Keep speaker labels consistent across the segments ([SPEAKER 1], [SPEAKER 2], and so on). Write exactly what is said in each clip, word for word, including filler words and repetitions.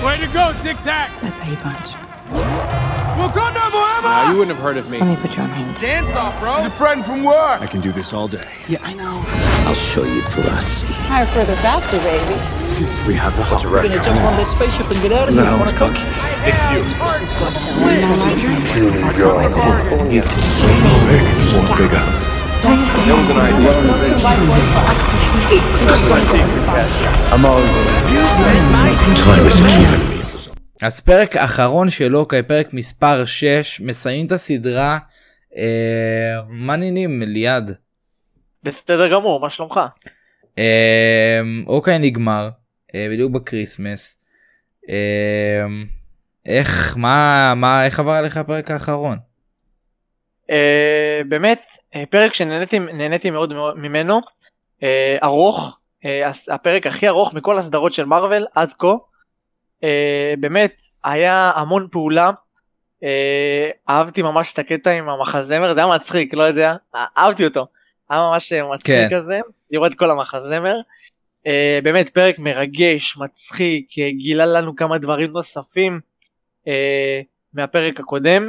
[SPEAKER 1] Way to go, Tic Tac!
[SPEAKER 2] That's how you punch.
[SPEAKER 1] Wakanda forever!
[SPEAKER 3] Now, you wouldn't have heard of me.
[SPEAKER 2] Let me put you on hold.
[SPEAKER 1] Dance off, bro! He's a friend from work!
[SPEAKER 3] I can do this all day.
[SPEAKER 4] Yeah, I know. I'll show you ferocity.
[SPEAKER 5] Higher, further, faster, baby.
[SPEAKER 3] We have the hot
[SPEAKER 4] We're gonna jump on that spaceship and get out of here.
[SPEAKER 3] No,
[SPEAKER 4] Wanna come?
[SPEAKER 3] bigger. That was an idea. I'm all
[SPEAKER 4] Time is a true enemy.
[SPEAKER 6] אז פרק אחרון של הוקאי, פרק מספר שש, מסיים את הסדרה. אה, מה נהנים ליד?
[SPEAKER 7] בסדר גמור, מה שלומך?
[SPEAKER 6] אה, הוקאי נגמר, אה, בדיוק בקריסמס. אה, איך, מה, מה, איך עבר עליך הפרק האחרון?
[SPEAKER 7] אה, באמת, אה, פרק שנהניתי נהניתי מאוד, מאוד ממנו, אה, ארוך, אה, הפרק הכי ארוך מכל הסדרות של מארוול עד כה. Uh, באמת היה המון פעולה, uh, אהבתי ממש את הקטע עם המחזמר, זה היה מצחיק, לא יודע, אהבתי אותו, היה ממש מצחיק כן. כזה, לראות כל המחזמר, uh, באמת פרק מרגש, מצחיק, uh, גילה לנו כמה דברים נוספים uh, מהפרק הקודם,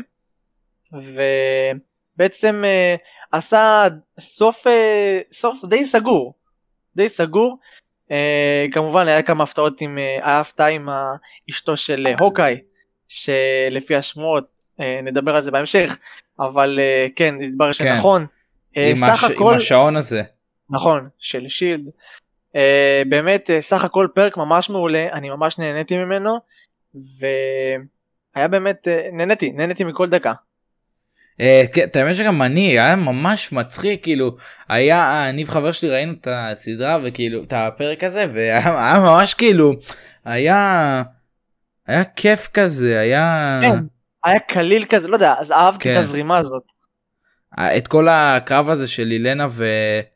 [SPEAKER 7] ובעצם uh, עשה סוף, uh, סוף די סגור, די סגור, Uh, כמובן היה כמה הפתעות עם, uh, ההפתעה עם אשתו של uh, הוקאי, שלפי השמועות uh, נדבר על זה בהמשך, אבל uh, כן, נדבר שנכון, uh,
[SPEAKER 6] עם,
[SPEAKER 7] סך
[SPEAKER 6] הש...
[SPEAKER 7] הכל,
[SPEAKER 6] עם השעון הזה,
[SPEAKER 7] נכון, של שילד, uh, באמת uh, סך הכל פרק ממש מעולה, אני ממש נהניתי ממנו, והיה באמת, uh, נהניתי, נהניתי מכל דקה.
[SPEAKER 6] את האמת שגם אני, היה ממש מצחיק, כאילו, היה, אני וחבר שלי ראינו את הסדרה וכאילו, את הפרק הזה, והיה ממש כאילו, היה, היה כיף כזה, היה...
[SPEAKER 7] כן, היה קליל כזה, לא יודע, אז אהבתי את הזרימה הזאת.
[SPEAKER 6] את כל הקרב הזה של אילנה ו...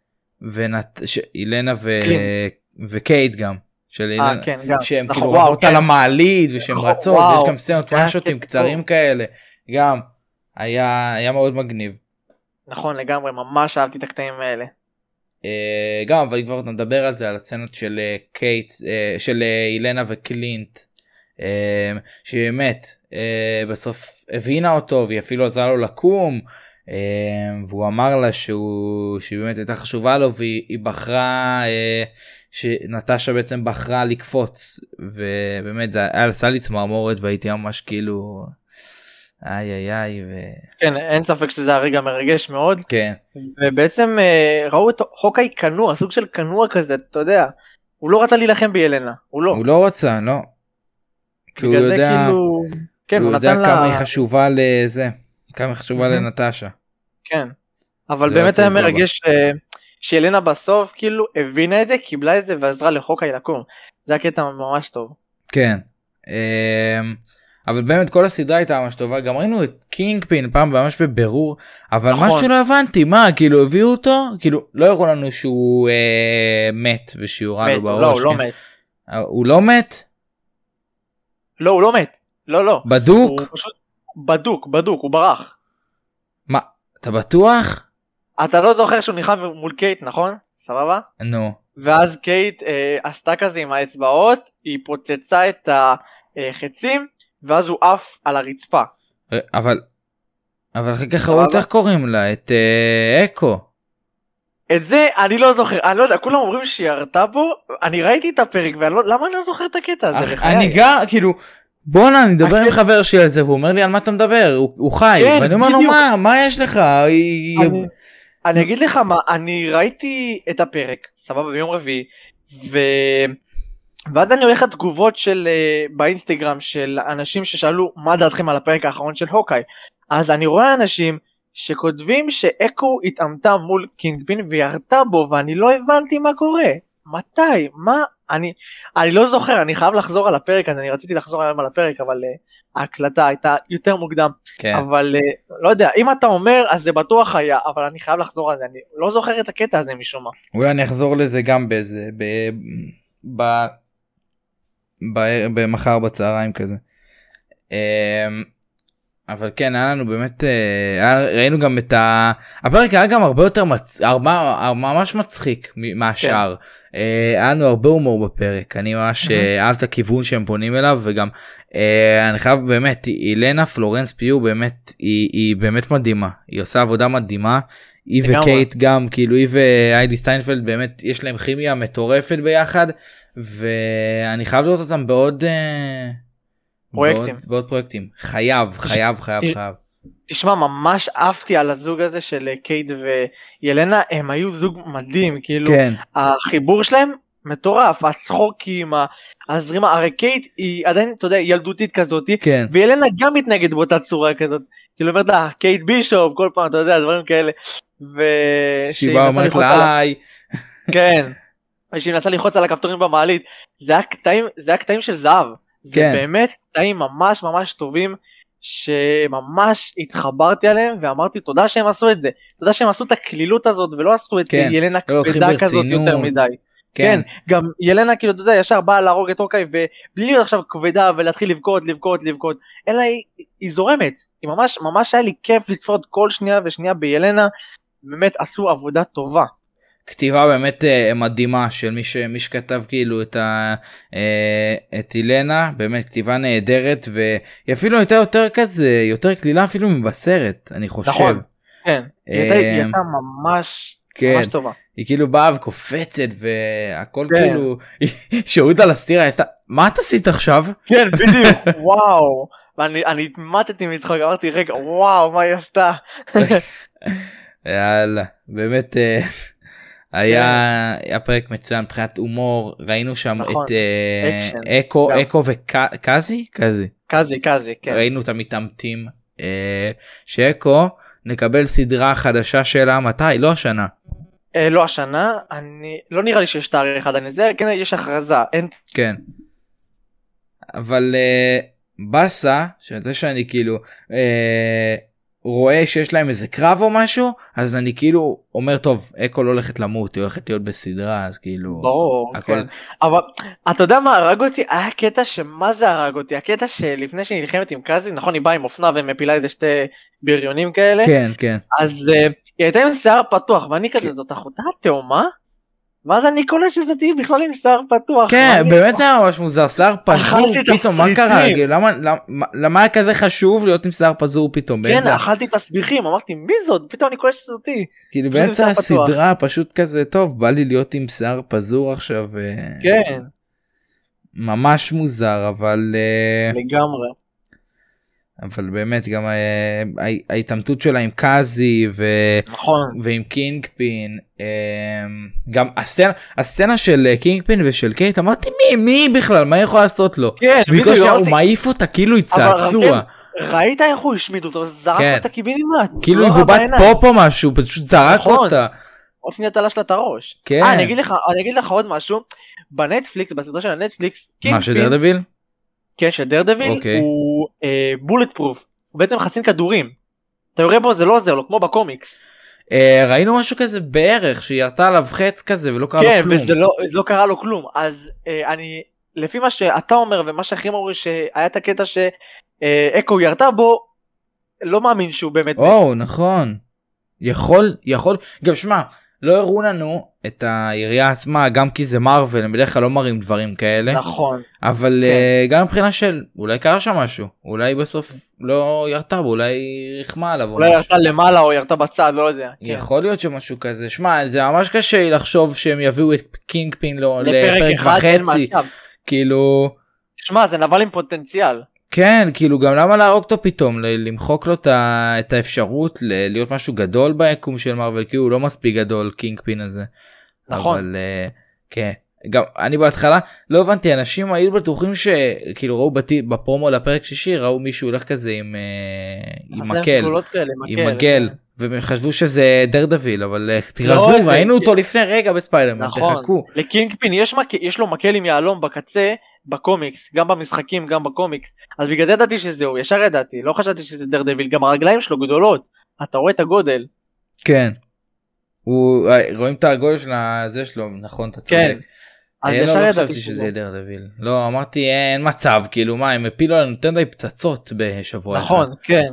[SPEAKER 6] אילנה ו... וקייט גם. של אילנה, שהם כאילו רבות על המעלית, ושהם רצות, ויש גם סצנות משוטים קצרים כאלה, גם. היה, היה מאוד מגניב.
[SPEAKER 7] נכון, לגמרי, ממש אהבתי את הקטעים האלה.
[SPEAKER 6] Uh, גם, אבל כבר נדבר על זה, על הסצנות של uh, קייט, uh, של uh, אילנה וקלינט, uh, שבאמת, uh, בסוף הבינה אותו, והיא אפילו עזרה לו לקום, uh, והוא אמר לה שהוא, שהיא באמת הייתה חשובה לו, והיא בחרה, uh, שנטשה בעצם בחרה לקפוץ, ובאמת זה היה עשה לי צמרמורת, והייתי ממש כאילו... איי איי איי ו...
[SPEAKER 7] כן, אין ספק שזה הרגע מרגש מאוד.
[SPEAKER 6] כן.
[SPEAKER 7] ובעצם ראו את הוקאי כנוע, סוג של כנוע כזה, אתה יודע, הוא לא רצה להילחם בילנה, הוא לא.
[SPEAKER 6] הוא לא רצה, לא. כי הוא יודע,
[SPEAKER 7] כאילו... כן,
[SPEAKER 6] הוא
[SPEAKER 7] הוא
[SPEAKER 6] יודע
[SPEAKER 7] נתן
[SPEAKER 6] כמה
[SPEAKER 7] לה...
[SPEAKER 6] היא חשובה לזה, כמה היא חשובה לנטשה.
[SPEAKER 7] כן, אבל באמת היה מרגש שילנה בסוף כאילו הבינה את זה, קיבלה את זה ועזרה להוקאי לקום. זה הקטע ממש טוב.
[SPEAKER 6] כן. אבל באמת כל הסדרה הייתה ממש טובה, גם ראינו את קינג פין פעם ממש בבירור, אבל נכון. משהו לא הבנתי, מה, כאילו הביאו אותו, כאילו לא הראו לנו שהוא אה, מת ושיעורה לו בראש.
[SPEAKER 7] לא, הוא לא
[SPEAKER 6] כן.
[SPEAKER 7] מת.
[SPEAKER 6] הוא לא מת?
[SPEAKER 7] לא, הוא לא מת, לא, לא.
[SPEAKER 6] בדוק?
[SPEAKER 7] הוא פשוט בדוק, בדוק, הוא ברח.
[SPEAKER 6] מה, אתה בטוח?
[SPEAKER 7] אתה לא זוכר שהוא נלחם מול קייט, נכון? סבבה?
[SPEAKER 6] נו.
[SPEAKER 7] ואז קייט אה, עשתה כזה עם האצבעות, היא פוצצה את החצים, ואז הוא עף על הרצפה.
[SPEAKER 6] אבל, אבל אחרי כך ראו את איך קוראים לה, את uh, אקו.
[SPEAKER 7] את זה אני לא זוכר, אני לא יודע, כולם אומרים שהיא ירתה בו, אני ראיתי את הפרק, ולמה אני לא זוכר את הקטע הזה?
[SPEAKER 6] אח, אני גם, כאילו, בוא'נה, אני מדבר עם חבר שלי על זה, והוא אומר לי על מה אתה מדבר, הוא, הוא חי, כן, ואני אומר לו, מה, מה יש לך? אני,
[SPEAKER 7] אני אגיד לך מה, אני ראיתי את הפרק, סבבה, ביום רביעי, ו... ואז אני הולך לתגובות של uh, באינסטגרם של אנשים ששאלו מה דעתכם על הפרק האחרון של הוקאי, אז אני רואה אנשים שכותבים שאקו התאמתה מול קינג פין וירתה בו, ואני לא הבנתי מה קורה, מתי, מה, אני, אני לא זוכר, אני חייב לחזור על הפרק, אני רציתי לחזור על הפרק, אבל uh, ההקלטה הייתה יותר מוקדם, כן. אבל uh, לא יודע, אם אתה אומר אז זה בטוח היה, אבל אני חייב לחזור על זה, אני לא זוכר את הקטע הזה משום מה.
[SPEAKER 6] אולי אני אחזור לזה גם באיזה, ב... ב... במחר בצהריים כזה. אבל כן, היה לנו באמת, היה, ראינו גם את ה... הפרק היה גם הרבה יותר, מצ... הרבה, ממש מצחיק מהשאר. כן. היה לנו הרבה הומור בפרק, אני ממש אהב את הכיוון שהם פונים אליו, וגם אני חייב באמת, אילנה פלורנס פיו באמת, היא, היא באמת מדהימה, היא עושה עבודה מדהימה, היא וקייט גם, כאילו היא והיידי סטיינפלד באמת, יש להם כימיה מטורפת ביחד, ואני חייב לראות אותם בעוד...
[SPEAKER 7] פרויקטים.
[SPEAKER 6] בעוד, בעוד פרויקטים. חייב, חייב, חייב, חייב.
[SPEAKER 7] תשמע, ממש אהבתי על הזוג הזה של קייט וילנה, הם היו זוג מדהים, כאילו,
[SPEAKER 6] כן.
[SPEAKER 7] החיבור שלהם מטורף, הצחוקים, הזרימה, הרי קייט היא עדיין, אתה יודע, ילדותית כזאת,
[SPEAKER 6] כן.
[SPEAKER 7] וילנה גם מתנגד באותה צורה כזאת, כאילו אומרת לה, קייט בישופ, כל פעם, אתה יודע, דברים כאלה, ו...
[SPEAKER 6] שיבה אומרת לה, היי.
[SPEAKER 7] כן, ושהיא מנסה ללחוץ על הכפתורים במעלית, זה היה קטעים, זה היה קטעים של זהב, זה
[SPEAKER 6] כן.
[SPEAKER 7] באמת קטעים ממש ממש טובים, שממש התחברתי עליהם ואמרתי תודה שהם עשו את זה, תודה שהם עשו את הכלילות הזאת ולא עשו את
[SPEAKER 6] כן.
[SPEAKER 7] ילנה כבדה כזאת יותר מדי. כן. כן, גם ילנה כאילו אתה יודע ישר באה להרוג את אוקיי ובלי להיות עכשיו כבדה ולהתחיל לבכות לבכות לבכות, אלא היא, היא זורמת, היא ממש ממש היה לי כיף לצפות כל שנייה ושנייה בילנה, באמת עשו עבודה טובה.
[SPEAKER 6] כתיבה באמת uh, מדהימה של מי, ש, מי שכתב כאילו את, ה, uh, את אילנה, באמת כתיבה נהדרת, והיא אפילו הייתה יותר כזה, יותר כלילה אפילו מבסרט, אני חושב. נכון,
[SPEAKER 7] כן, uh, היא, הייתה, היא הייתה ממש, כן, ממש טובה.
[SPEAKER 6] היא כאילו באה וקופצת והכל כן. כאילו, שהורידה לסטירה, היא עשתה, מה את עשית עכשיו?
[SPEAKER 7] כן, בדיוק, וואו, ואני אני התמתתי מצחוק, אמרתי רגע, וואו, מה היא עשתה?
[SPEAKER 6] יאללה, באמת... Uh, היה היה פרק מצוין מבחינת הומור, ראינו שם את אקו אקו וקזי קזי
[SPEAKER 7] קזי קזי כן,
[SPEAKER 6] ראינו את המתאמתים, שאקו נקבל סדרה חדשה שלה מתי? לא השנה.
[SPEAKER 7] לא השנה, אני לא נראה לי שיש תאריך אחד, אני זה כן יש הכרזה, אין.
[SPEAKER 6] כן. אבל בסה שזה שאני כאילו רואה שיש להם איזה קרב או משהו, אז אני כאילו אומר טוב, אקו לא הולכת למות, היא הולכת להיות בסדרה, אז כאילו...
[SPEAKER 7] ברור, הכל... כן. אבל אתה יודע מה הרג אותי? היה קטע שמה זה הרג אותי? הקטע שלפני שהיא נלחמת עם קזי, נכון היא באה עם אופנה ומפילה איזה שתי בריונים כאלה?
[SPEAKER 6] כן, כן.
[SPEAKER 7] אז uh, היא הייתה עם שיער פתוח, ואני כזה, זאת אחותה תאומה? ואז אני קולט שזאת היא בכלל עם שיער פתוח.
[SPEAKER 6] כן, באמת זה היה ממש מוזר, שיער פזור פתאום, מה קרה? למה היה כזה חשוב להיות עם שיער פזור פתאום?
[SPEAKER 7] כן, אכלתי את הסביכים, אמרתי מי זאת? פתאום אני קולט שזאת היא.
[SPEAKER 6] כאילו באמצע הסדרה פשוט כזה, טוב, בא לי להיות עם שיער פזור עכשיו.
[SPEAKER 7] כן.
[SPEAKER 6] ממש מוזר, אבל...
[SPEAKER 7] לגמרי.
[SPEAKER 6] אבל באמת גם ההתאמתות שלה עם קאזי ועם קינג פין, גם הסצנה של קינג פין ושל קייט, אמרתי מי מי בכלל, מה יכול לעשות לו? ובגלל שהוא מעיף אותה כאילו היא צעצוע.
[SPEAKER 7] ראית איך הוא השמיד אותו, זרק אותה קיבינימט,
[SPEAKER 6] כאילו היא בובת פופ או משהו, פשוט זרק אותה.
[SPEAKER 7] עוד שניה תלש לה את הראש. אני אגיד לך עוד משהו, בנטפליקס, בסדרה של הנטפליקס,
[SPEAKER 6] מה של דרדוויל?
[SPEAKER 7] כן, של דרדוויל הוא בולט פרוף, הוא בעצם חסין כדורים, אתה יורה בו זה לא עוזר לו, כמו בקומיקס.
[SPEAKER 6] ראינו משהו כזה בערך, שהיא ירתה עליו חץ כזה ולא קרה לו כלום.
[SPEAKER 7] כן, וזה לא קרה לו כלום, אז אני, לפי מה שאתה אומר ומה שאחרים אומרים שהיה את הקטע שאקו ירתה בו, לא מאמין שהוא באמת...
[SPEAKER 6] או, נכון. יכול, יכול, גם שמה, לא הראו לנו את היריעה עצמה, גם כי זה מרוול, הם בדרך כלל לא מראים דברים כאלה.
[SPEAKER 7] נכון.
[SPEAKER 6] אבל כן. גם מבחינה של, אולי קרה שם משהו, אולי בסוף לא ירתה בו, אולי רחמה עליו.
[SPEAKER 7] אולי ירתה למעלה או ירתה בצד, לא יודע.
[SPEAKER 6] יכול כן. להיות שמשהו כזה, שמע, זה ממש קשה לחשוב שהם יביאו את קינג פין לא, לפרק וחצי. כאילו...
[SPEAKER 7] שמע, זה נבל עם פוטנציאל.
[SPEAKER 6] כן, כאילו גם למה להרוג אותו פתאום, למחוק לו את האפשרות להיות משהו גדול ביקום של מרוול, כי הוא לא מספיק גדול, קינג פין הזה.
[SPEAKER 7] נכון.
[SPEAKER 6] אבל כן, גם אני בהתחלה לא הבנתי, אנשים היו בטוחים שכאילו ראו בפרומו לפרק שישי, ראו מישהו הולך כזה עם מקל, עם מגל, והם חשבו שזה דרדוויל, אבל תירגעו, ראינו אותו לפני רגע בספיידרמן, תחכו.
[SPEAKER 7] לקינג פין יש לו מקל עם יעלום בקצה, בקומיקס, גם במשחקים, גם בקומיקס, אז בגלל זה ידעתי שזהו, ישר ידעתי, לא חשבתי שזה דרדוויל, גם הרגליים שלו גדולות, אתה רואה את הגודל.
[SPEAKER 6] כן, הוא, רואים את הגודל של זה שלו, נכון, אתה צודק.
[SPEAKER 7] אז
[SPEAKER 6] לא,
[SPEAKER 7] ישר
[SPEAKER 6] לא
[SPEAKER 7] ידעתי
[SPEAKER 6] חשבתי שזה דר דביל. לא, אמרתי אין מצב, כאילו מה, הם הפילו לנו יותר די פצצות בשבוע.
[SPEAKER 7] נכון, כן.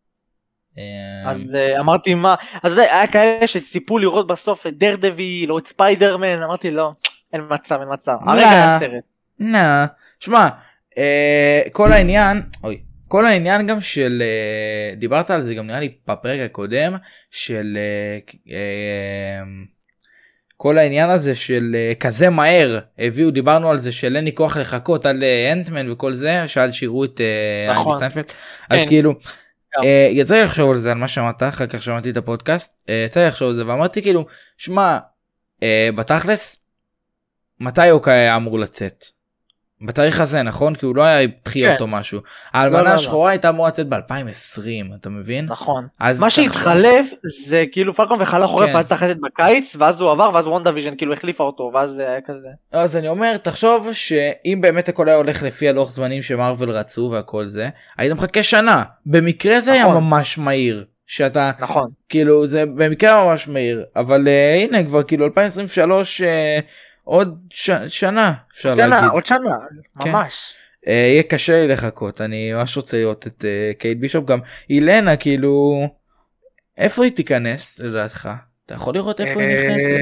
[SPEAKER 7] אז אמרתי מה, אז היה כאלה שציפו לראות בסוף את דר דביל או את ספיידרמן, אמרתי לא, אין מצב, אין מצב. הרגע היה סרט.
[SPEAKER 6] נה, שמע, כל העניין, אוי, כל העניין גם של, דיברת על זה גם נראה לי בפרק הקודם, של כל העניין הזה של כזה מהר, הביאו, דיברנו על זה של אין לי כוח לחכות עד אנטמן וכל זה, שעד שיראו את אנדי סיינפלד, אז כאילו, יצא לי לחשוב על זה, על מה שאמרת, אחר כך שמעתי את הפודקאסט, יצא לי לחשוב על זה, ואמרתי כאילו, שמע, בתכלס, מתי הוא היה אמור לצאת? בתאריך הזה, נכון? כי הוא לא היה דחיות או משהו. ההלבנה השחורה הייתה אמורה לצאת ב-אלפיים ועשרים, אתה מבין?
[SPEAKER 7] נכון. מה שהתחלף זה כאילו פלקון וחלה חורף ואז צריך לצאת בקיץ, ואז הוא עבר, ואז וונדה ויז'ן כאילו החליפה אותו, ואז זה היה כזה.
[SPEAKER 6] אז אני אומר, תחשוב שאם באמת הכל היה הולך לפי הלוח זמנים שמרוול רצו והכל זה, היית מחכה שנה. במקרה זה היה ממש מהיר. שאתה,
[SPEAKER 7] נכון.
[SPEAKER 6] כאילו, זה במקרה ממש מהיר. אבל הנה כבר כאילו אלפיים עשרים ושלוש... עוד ש... שנה אפשר
[SPEAKER 7] שנה,
[SPEAKER 6] להגיד.
[SPEAKER 7] עוד שנה, ממש.
[SPEAKER 6] כן. יהיה קשה לי לחכות, אני ממש רוצה לראות את uh, קייט בישופ, גם אילנה כאילו, איפה היא תיכנס לדעתך? אתה יכול לראות איפה היא נכנסת?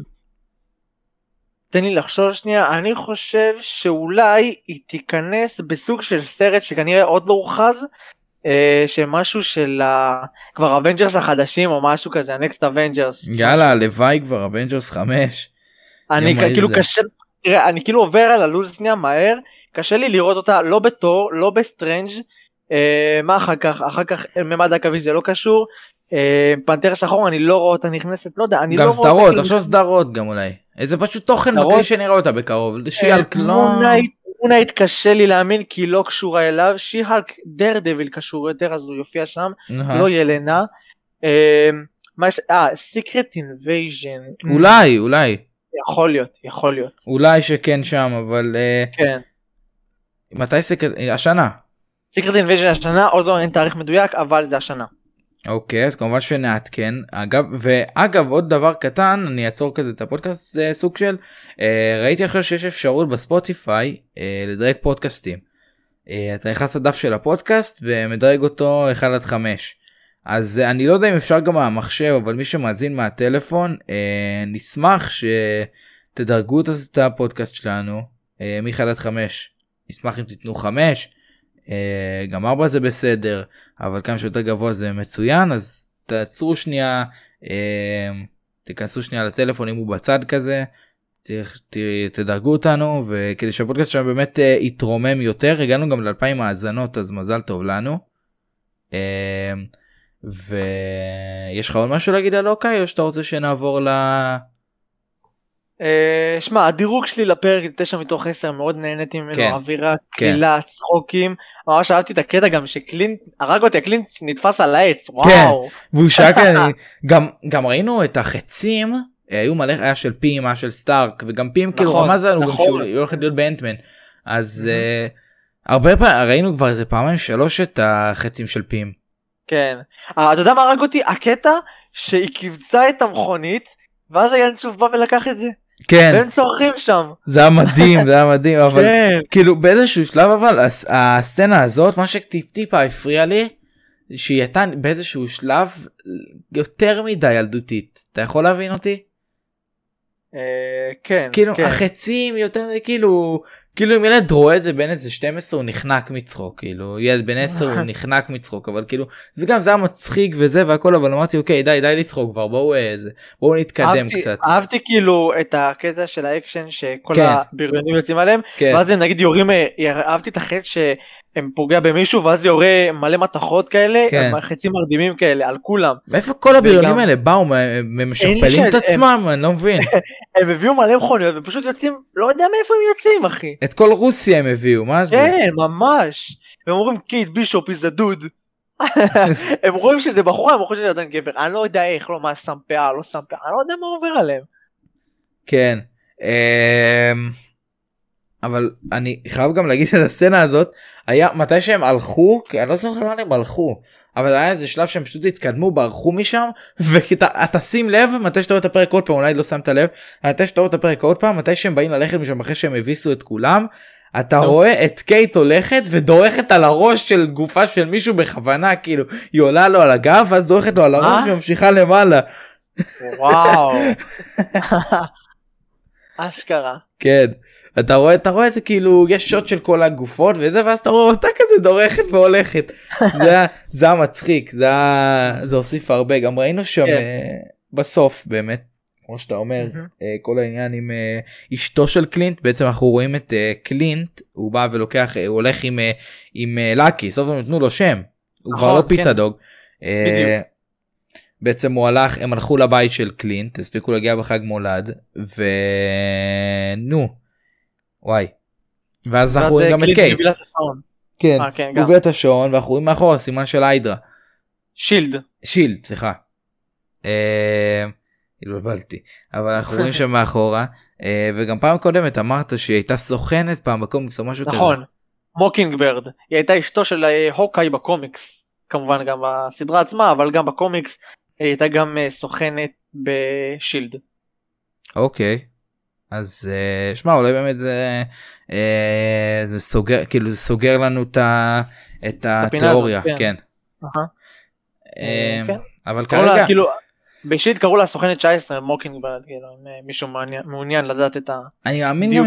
[SPEAKER 7] תן לי לחשוב שנייה, אני חושב שאולי היא תיכנס בסוג של סרט שכנראה עוד לא הוכרז, שמשהו של כבר אבנג'רס החדשים או משהו כזה, הנקסט אבנג'רס.
[SPEAKER 6] יאללה, הלוואי כבר אבנג'רס חמש.
[SPEAKER 7] אני כאילו קשה, תראה, אני כאילו עובר על הלוז שנייה מהר, קשה לי לראות אותה לא בתור, לא בסטרנג', אה, מה אחר כך, אחר כך ממד העכביש זה לא קשור, אה, פנתר שחור אני לא רואה אותה נכנסת, לא יודע, אני
[SPEAKER 6] גם
[SPEAKER 7] לא
[SPEAKER 6] סדרות, רואה אותה. גם סדרות, סדרות גם אולי, איזה פשוט תוכן מקרי שנראה אותה בקרוב, שיהלק לא...
[SPEAKER 7] מונייט קשה לי להאמין כי היא לא קשורה אליו, שיהלק דר דביל קשור יותר, אז הוא יופיע שם, לא ילנה, אה, סיקרט אינבייז'ן,
[SPEAKER 6] אולי, אולי.
[SPEAKER 7] יכול להיות, יכול להיות.
[SPEAKER 6] אולי שכן שם, אבל...
[SPEAKER 7] כן.
[SPEAKER 6] מתי סיקרט... השנה?
[SPEAKER 7] סיקרט אינבייז'ן השנה, עוד לא אין תאריך מדויק, אבל זה השנה.
[SPEAKER 6] אוקיי, אז כמובן שנעדכן. אגב, ואגב, עוד דבר קטן, אני אעצור כזה את הפודקאסט, זה סוג של... ראיתי עכשיו שיש אפשרות בספוטיפיי לדרג פודקאסטים. אתה נכנס לדף של הפודקאסט ומדרג אותו אחד עד חמש. אז אני לא יודע אם אפשר גם מהמחשב, אבל מי שמאזין מהטלפון, אה, נשמח שתדרגו את הפודקאסט שלנו, אה, מ-אחד עד חמש. נשמח אם תיתנו חמש, אה, גם ארבע זה בסדר, אבל כמה שיותר גבוה זה מצוין, אז תעצרו שנייה, אה, תיכנסו שנייה לטלפון אם הוא בצד כזה, ת, ת, תדרגו אותנו, וכדי שהפודקאסט שלנו באמת אה, יתרומם יותר, הגענו גם לאלפיים האזנות, אז מזל טוב לנו. אה, ויש לך עוד משהו להגיד על אוקיי, או שאתה רוצה שנעבור ל...
[SPEAKER 7] שמע, הדירוג שלי לפרק תשע מתוך עשר, מאוד נהניתי ממנו, אווירה, קלילה, צחוקים, ממש אהבתי את הקטע גם שקלינט, הרג אותי, הקלינט נתפס על העץ, וואו.
[SPEAKER 6] והוא שקל, גם ראינו את החצים, היו מלא, היה של פים, היה של סטארק, וגם פים כאילו רמז לנו גם שהוא הולכת להיות באנטמן, אז הרבה פעמים, ראינו כבר איזה פעמיים שלוש את החצים של פים.
[SPEAKER 7] כן, אתה יודע מה הרג אותי? הקטע שהיא קיבצה את המכונית ואז הינשוף בא ולקח את זה.
[SPEAKER 6] כן.
[SPEAKER 7] והם צורכים שם.
[SPEAKER 6] זה היה מדהים, זה היה מדהים, אבל כן. כאילו באיזשהו שלב אבל הסצנה הזאת, מה שטיפ-טיפה הפריע לי, שהיא הייתה באיזשהו שלב יותר מדי ילדותית. אתה יכול להבין אותי?
[SPEAKER 7] כן.
[SPEAKER 6] כאילו החצים יותר כאילו... כאילו אם ילד רואה את זה בין איזה שתים עשרה הוא נחנק מצחוק, כאילו ילד בין עשר הוא נחנק מצחוק, אבל כאילו זה גם זה היה מצחיק וזה והכל, אבל אמרתי אוקיי די די לצחוק כבר, בואו איזה, בואו נתקדם
[SPEAKER 7] אהבתי,
[SPEAKER 6] קצת.
[SPEAKER 7] אהבתי כאילו את הקטע של האקשן שכל כן. הבריונים יוצאים עליהם, כן. ואז נגיד יורים, אהבתי את החץ שהם פוגע במישהו ואז יורה מלא מתחות כאלה, כן. חצים מרדימים כאלה על כולם.
[SPEAKER 6] ואיפה כל הבריונים וגם... האלה באו, הם משכפלים את עצמם, הם... אני לא מבין.
[SPEAKER 7] הם הביאו מלא מכוניות ופשוט יוצאים, לא יודע מאיפה הם יוצאים אחי.
[SPEAKER 6] את כל רוסיה הם הביאו, מה זה?
[SPEAKER 7] כן, ממש. והם אומרים קייט בישופ is a dude. הם רואים שזה בחורה, הם רואים שזה עדיין גבר. אני לא יודע איך, לא מה שם פאה, לא שם פאה, אני לא יודע מה עובר עליהם.
[SPEAKER 6] כן. אבל אני חייב גם להגיד את הסצנה הזאת, היה מתי שהם הלכו, כי אני לא זוכר מה הם הלכו, אבל היה איזה שלב שהם פשוט התקדמו, ברחו משם, ואתה שים לב, מתי שאתה רואה את הפרק עוד פעם, אולי לא שמת לב, מתי שאתה רואה את הפרק עוד פעם, מתי שהם באים ללכת משם אחרי שהם הביסו את כולם, אתה רואה את קייט הולכת ודורכת על הראש של גופה של מישהו בכוונה, כאילו, היא עולה לו על הגב, ואז דורכת לו על הראש וממשיכה למעלה.
[SPEAKER 7] וואו. אשכרה.
[SPEAKER 6] כן. אתה רואה, אתה רואה איזה כאילו, יש שוט של כל הגופות וזה, ואז אתה רואה אותה כזה דורכת והולכת. זה, זה המצחיק, זה, זה הוסיף הרבה. גם ראינו שם uh, בסוף באמת, כמו שאתה אומר, uh, כל העניין עם uh, אשתו של קלינט, בעצם אנחנו רואים את uh, קלינט, הוא בא ולוקח, uh, הוא הולך עם, uh, עם uh, לקי, סוף הם נתנו לו שם, הוא כבר לא פיצה דוג. Uh, בעצם הוא הלך, הם הלכו לבית של קלינט, הספיקו להגיע בחג מולד, ונו. וואי. ואז אנחנו רואים גם את קייט. כן, הוא הוביל את השעון, ואנחנו רואים מאחורה סימן של היידרה.
[SPEAKER 7] שילד.
[SPEAKER 6] שילד, סליחה. התבלבלתי. אבל אנחנו רואים שם מאחורה, וגם פעם קודמת אמרת שהיא הייתה סוכנת פעם בקומיקס או משהו כזה.
[SPEAKER 7] נכון, מוקינגברד. היא הייתה אשתו של הוקאי בקומיקס. כמובן גם בסדרה עצמה, אבל גם בקומיקס היא הייתה גם סוכנת בשילד.
[SPEAKER 6] אוקיי. אז שמע, אולי באמת זה, זה סוגר, כאילו זה סוגר לנו את התיאוריה, כן. אבל כרגע...
[SPEAKER 7] בשילד קראו לה סוכנת תשע עשרה, מוקינגברד, כאילו, אם מישהו מעוניין לדעת את ה...
[SPEAKER 6] אני מאמין גם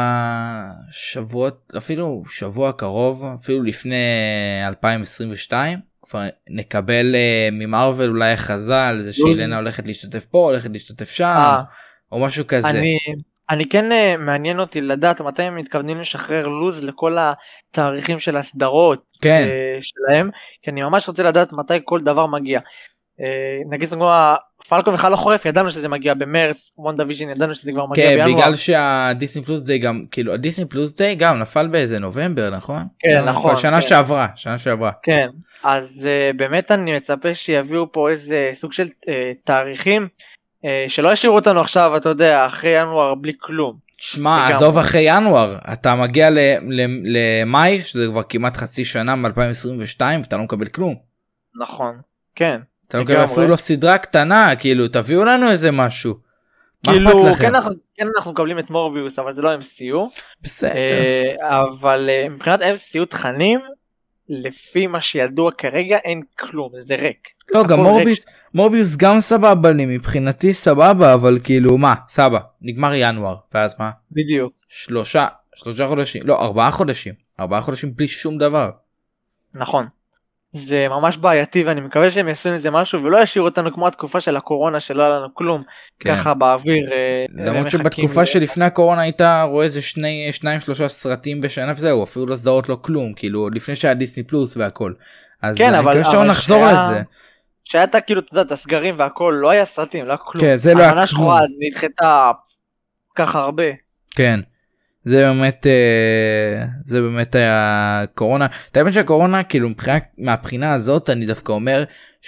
[SPEAKER 6] שבשבועות, אפילו שבוע קרוב, אפילו לפני אלפיים עשרים ושתיים, כבר נקבל ממרוול אולי הכרזה על זה שאילנה הולכת להשתתף פה, הולכת להשתתף שם, או משהו כזה.
[SPEAKER 7] אני... אני כן מעניין אותי לדעת מתי הם מתכוונים לשחרר לוז לכל התאריכים של הסדרות
[SPEAKER 6] כן.
[SPEAKER 7] שלהם, כי אני ממש רוצה לדעת מתי כל דבר מגיע. נגיד כמו פלקון וחייל החורף, ידענו שזה מגיע במרץ, וונדה ויז'ן ידענו שזה כבר מגיע
[SPEAKER 6] כן,
[SPEAKER 7] בינואר.
[SPEAKER 6] בגלל שהדיסני פלוס דיי גם, כאילו הדיסני פלוס דיי גם נפל באיזה נובמבר, נכון?
[SPEAKER 7] כן, נכון.
[SPEAKER 6] שנה
[SPEAKER 7] כן.
[SPEAKER 6] שעברה, שנה שעברה.
[SPEAKER 7] כן, אז uh, באמת אני מצפה שיביאו פה איזה סוג של uh, תאריכים, uh, שלא ישאירו אותנו עכשיו, אתה יודע, אחרי ינואר בלי כלום.
[SPEAKER 6] שמע, עזוב אחרי ינואר, אתה מגיע למאי, שזה כבר כמעט חצי שנה מ-אלפיים עשרים ושתיים, ואתה לא מקבל כלום.
[SPEAKER 7] נכון, כן.
[SPEAKER 6] אתה לא מקבל אפילו לא סדרה קטנה, כאילו, תביאו לנו איזה משהו.
[SPEAKER 7] כאילו, כן אנחנו, כן אנחנו מקבלים את מורביוס, אבל זה לא אם סי יו.
[SPEAKER 6] בסדר.
[SPEAKER 7] אבל מבחינת אם סי יו תכנים, לפי מה שידוע כרגע, אין כלום, זה ריק.
[SPEAKER 6] לא, גם מורביוס, מורביוס גם סבבה לי, מבחינתי סבבה, אבל כאילו, מה, סבבה, נגמר ינואר, ואז מה?
[SPEAKER 7] בדיוק.
[SPEAKER 6] שלושה, שלושה חודשים, לא, ארבעה חודשים, ארבעה חודשים בלי שום דבר.
[SPEAKER 7] נכון. זה ממש בעייתי, ואני מקווה שהם יעשו איזה משהו, ולא ישאירו אותנו כמו התקופה של הקורונה, שלא היה לנו כלום, כן. ככה באוויר.
[SPEAKER 6] למרות שבתקופה ו... שלפני הקורונה הייתה רואה איזה שני, שניים, שלושה סרטים בשנה, וזהו, אפילו לא זהות לו כלום, כאילו, לפני שהיה דיסני פלוס והכל. אז
[SPEAKER 7] כן,
[SPEAKER 6] אני
[SPEAKER 7] אבל,
[SPEAKER 6] מקווה שלא נחזור שהיה... לזה.
[SPEAKER 7] שהייתה כאילו, אתה יודע, את הסגרים והכל, לא היה סרטים, לא היה כלום.
[SPEAKER 6] כן, זה לא היה כלום.
[SPEAKER 7] שחורה נדחתה ככה הרבה.
[SPEAKER 6] כן. זה באמת, זה באמת היה קורונה. את האמת שהקורונה, כאילו, מהבחינה הזאת, אני דווקא אומר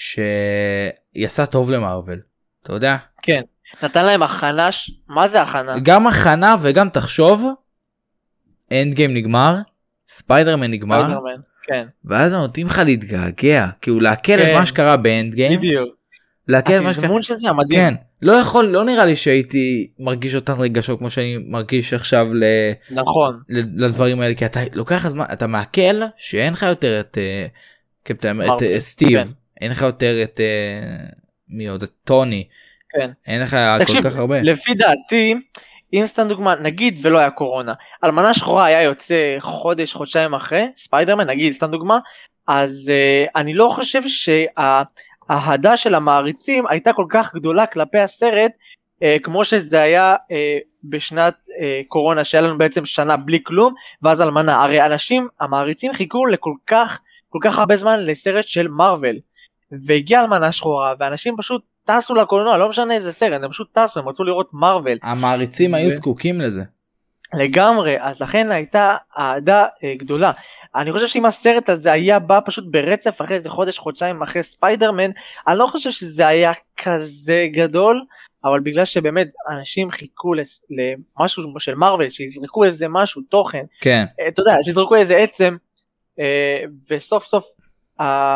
[SPEAKER 6] שהיא עשה טוב למרוול. אתה יודע?
[SPEAKER 7] כן. נתן להם הכנה, מה זה הכנה?
[SPEAKER 6] גם הכנה וגם תחשוב, אנד גיים נגמר, ספיידרמן נגמר,
[SPEAKER 7] ספיידרמן, כן.
[SPEAKER 6] ואז נותנים לך להתגעגע, כאילו להקל את מה שקרה באנד גיים.
[SPEAKER 7] בדיוק.
[SPEAKER 6] התזמון
[SPEAKER 7] של זה המדהים.
[SPEAKER 6] כן. לא יכול, לא נראה לי שהייתי מרגיש אותן רגשות כמו שאני מרגיש עכשיו ל...
[SPEAKER 7] נכון.
[SPEAKER 6] לדברים האלה, כי אתה לוקח הזמן, אתה מעכל שאין לך יותר את, את סטיב, אין לך יותר את מי עוד, את טוני,
[SPEAKER 7] כן.
[SPEAKER 6] אין לך כל כך הרבה.
[SPEAKER 7] לפי דעתי, אם סתם דוגמה, נגיד ולא היה קורונה, אלמנה שחורה היה יוצא חודש, חודשיים אחרי, ספיידרמן, נגיד סתם דוגמה, אז אני לא חושב שה... ההדה של המעריצים הייתה כל כך גדולה כלפי הסרט, אה, כמו שזה היה אה, בשנת אה, קורונה, שהיה לנו בעצם שנה בלי כלום, ואז אלמנה. הרי אנשים, המעריצים חיכו לכל כך, כל כך הרבה זמן לסרט של מרוול, והגיעה אלמנה שחורה, ואנשים פשוט טסו לקולנוע, לא משנה איזה סרט, הם פשוט טסו, הם רצו לראות מרוול.
[SPEAKER 6] המעריצים ו... היו זקוקים לזה.
[SPEAKER 7] לגמרי, אז לכן הייתה אהדה אה, גדולה. אני חושב שאם הסרט הזה היה בא פשוט ברצף אחרי איזה חודש, חודשיים אחרי ספיידרמן, אני לא חושב שזה היה כזה גדול, אבל בגלל שבאמת אנשים חיכו לס... למשהו של מרוול, שיזרקו איזה משהו, תוכן,
[SPEAKER 6] כן.
[SPEAKER 7] אה, אתה יודע, שיזרקו איזה עצם, אה, וסוף סוף ה...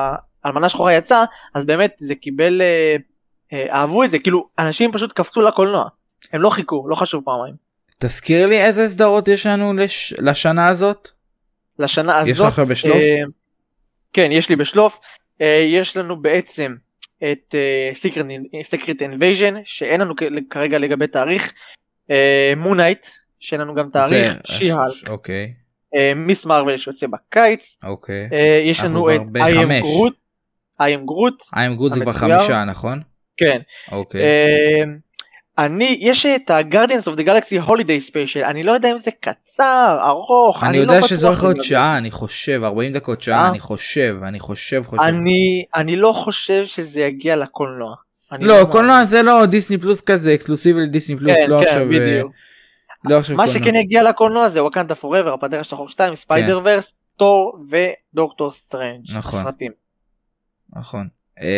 [SPEAKER 7] אלמנה שחורה יצא, אז באמת זה קיבל, אה, אה, אהבו את זה, כאילו אנשים פשוט קפצו לקולנוע, הם לא חיכו, לא חשוב פעמיים.
[SPEAKER 6] תזכיר לי איזה סדרות יש לנו לש... לשנה הזאת?
[SPEAKER 7] לשנה הזאת.
[SPEAKER 6] יש לך בשלוף?
[SPEAKER 7] אה, כן, יש לי בשלוף. אה, יש לנו בעצם את אה, Secret, Secret Invasion, שאין לנו כרגע לגבי תאריך. אה, Moon Knight, שאין לנו גם תאריך. She-Hulk.
[SPEAKER 6] אוקיי.
[SPEAKER 7] אה, מיס מרוול שיוצא בקיץ.
[SPEAKER 6] אוקיי.
[SPEAKER 7] אה, יש לנו את I am Groot. I am Groot.
[SPEAKER 6] I am Groot זה כבר חמישה, נכון?
[SPEAKER 7] כן.
[SPEAKER 6] אוקיי.
[SPEAKER 7] אה, אני, יש את ה-Guardians of the Galaxy Holiday Special, אני לא יודע אם זה קצר, ארוך,
[SPEAKER 6] אני יודע שזה הולך להיות שעה, אני חושב, ארבעים דקות שעה, אני חושב, אני חושב, חושב.
[SPEAKER 7] אני, אני לא חושב שזה יגיע לקולנוע.
[SPEAKER 6] לא, קולנוע זה לא דיסני פלוס כזה, אקסקלוסיבי לדיסני פלוס, לא עכשיו, לא עכשיו
[SPEAKER 7] קולנוע. מה שכן יגיע לקולנוע זה וואקנדה פוראבר, הפנתר השחור שתיים, ספיידר ורס, תור ודוקטור סטרנג'.
[SPEAKER 6] נכון.
[SPEAKER 7] סרטים.
[SPEAKER 6] נכון.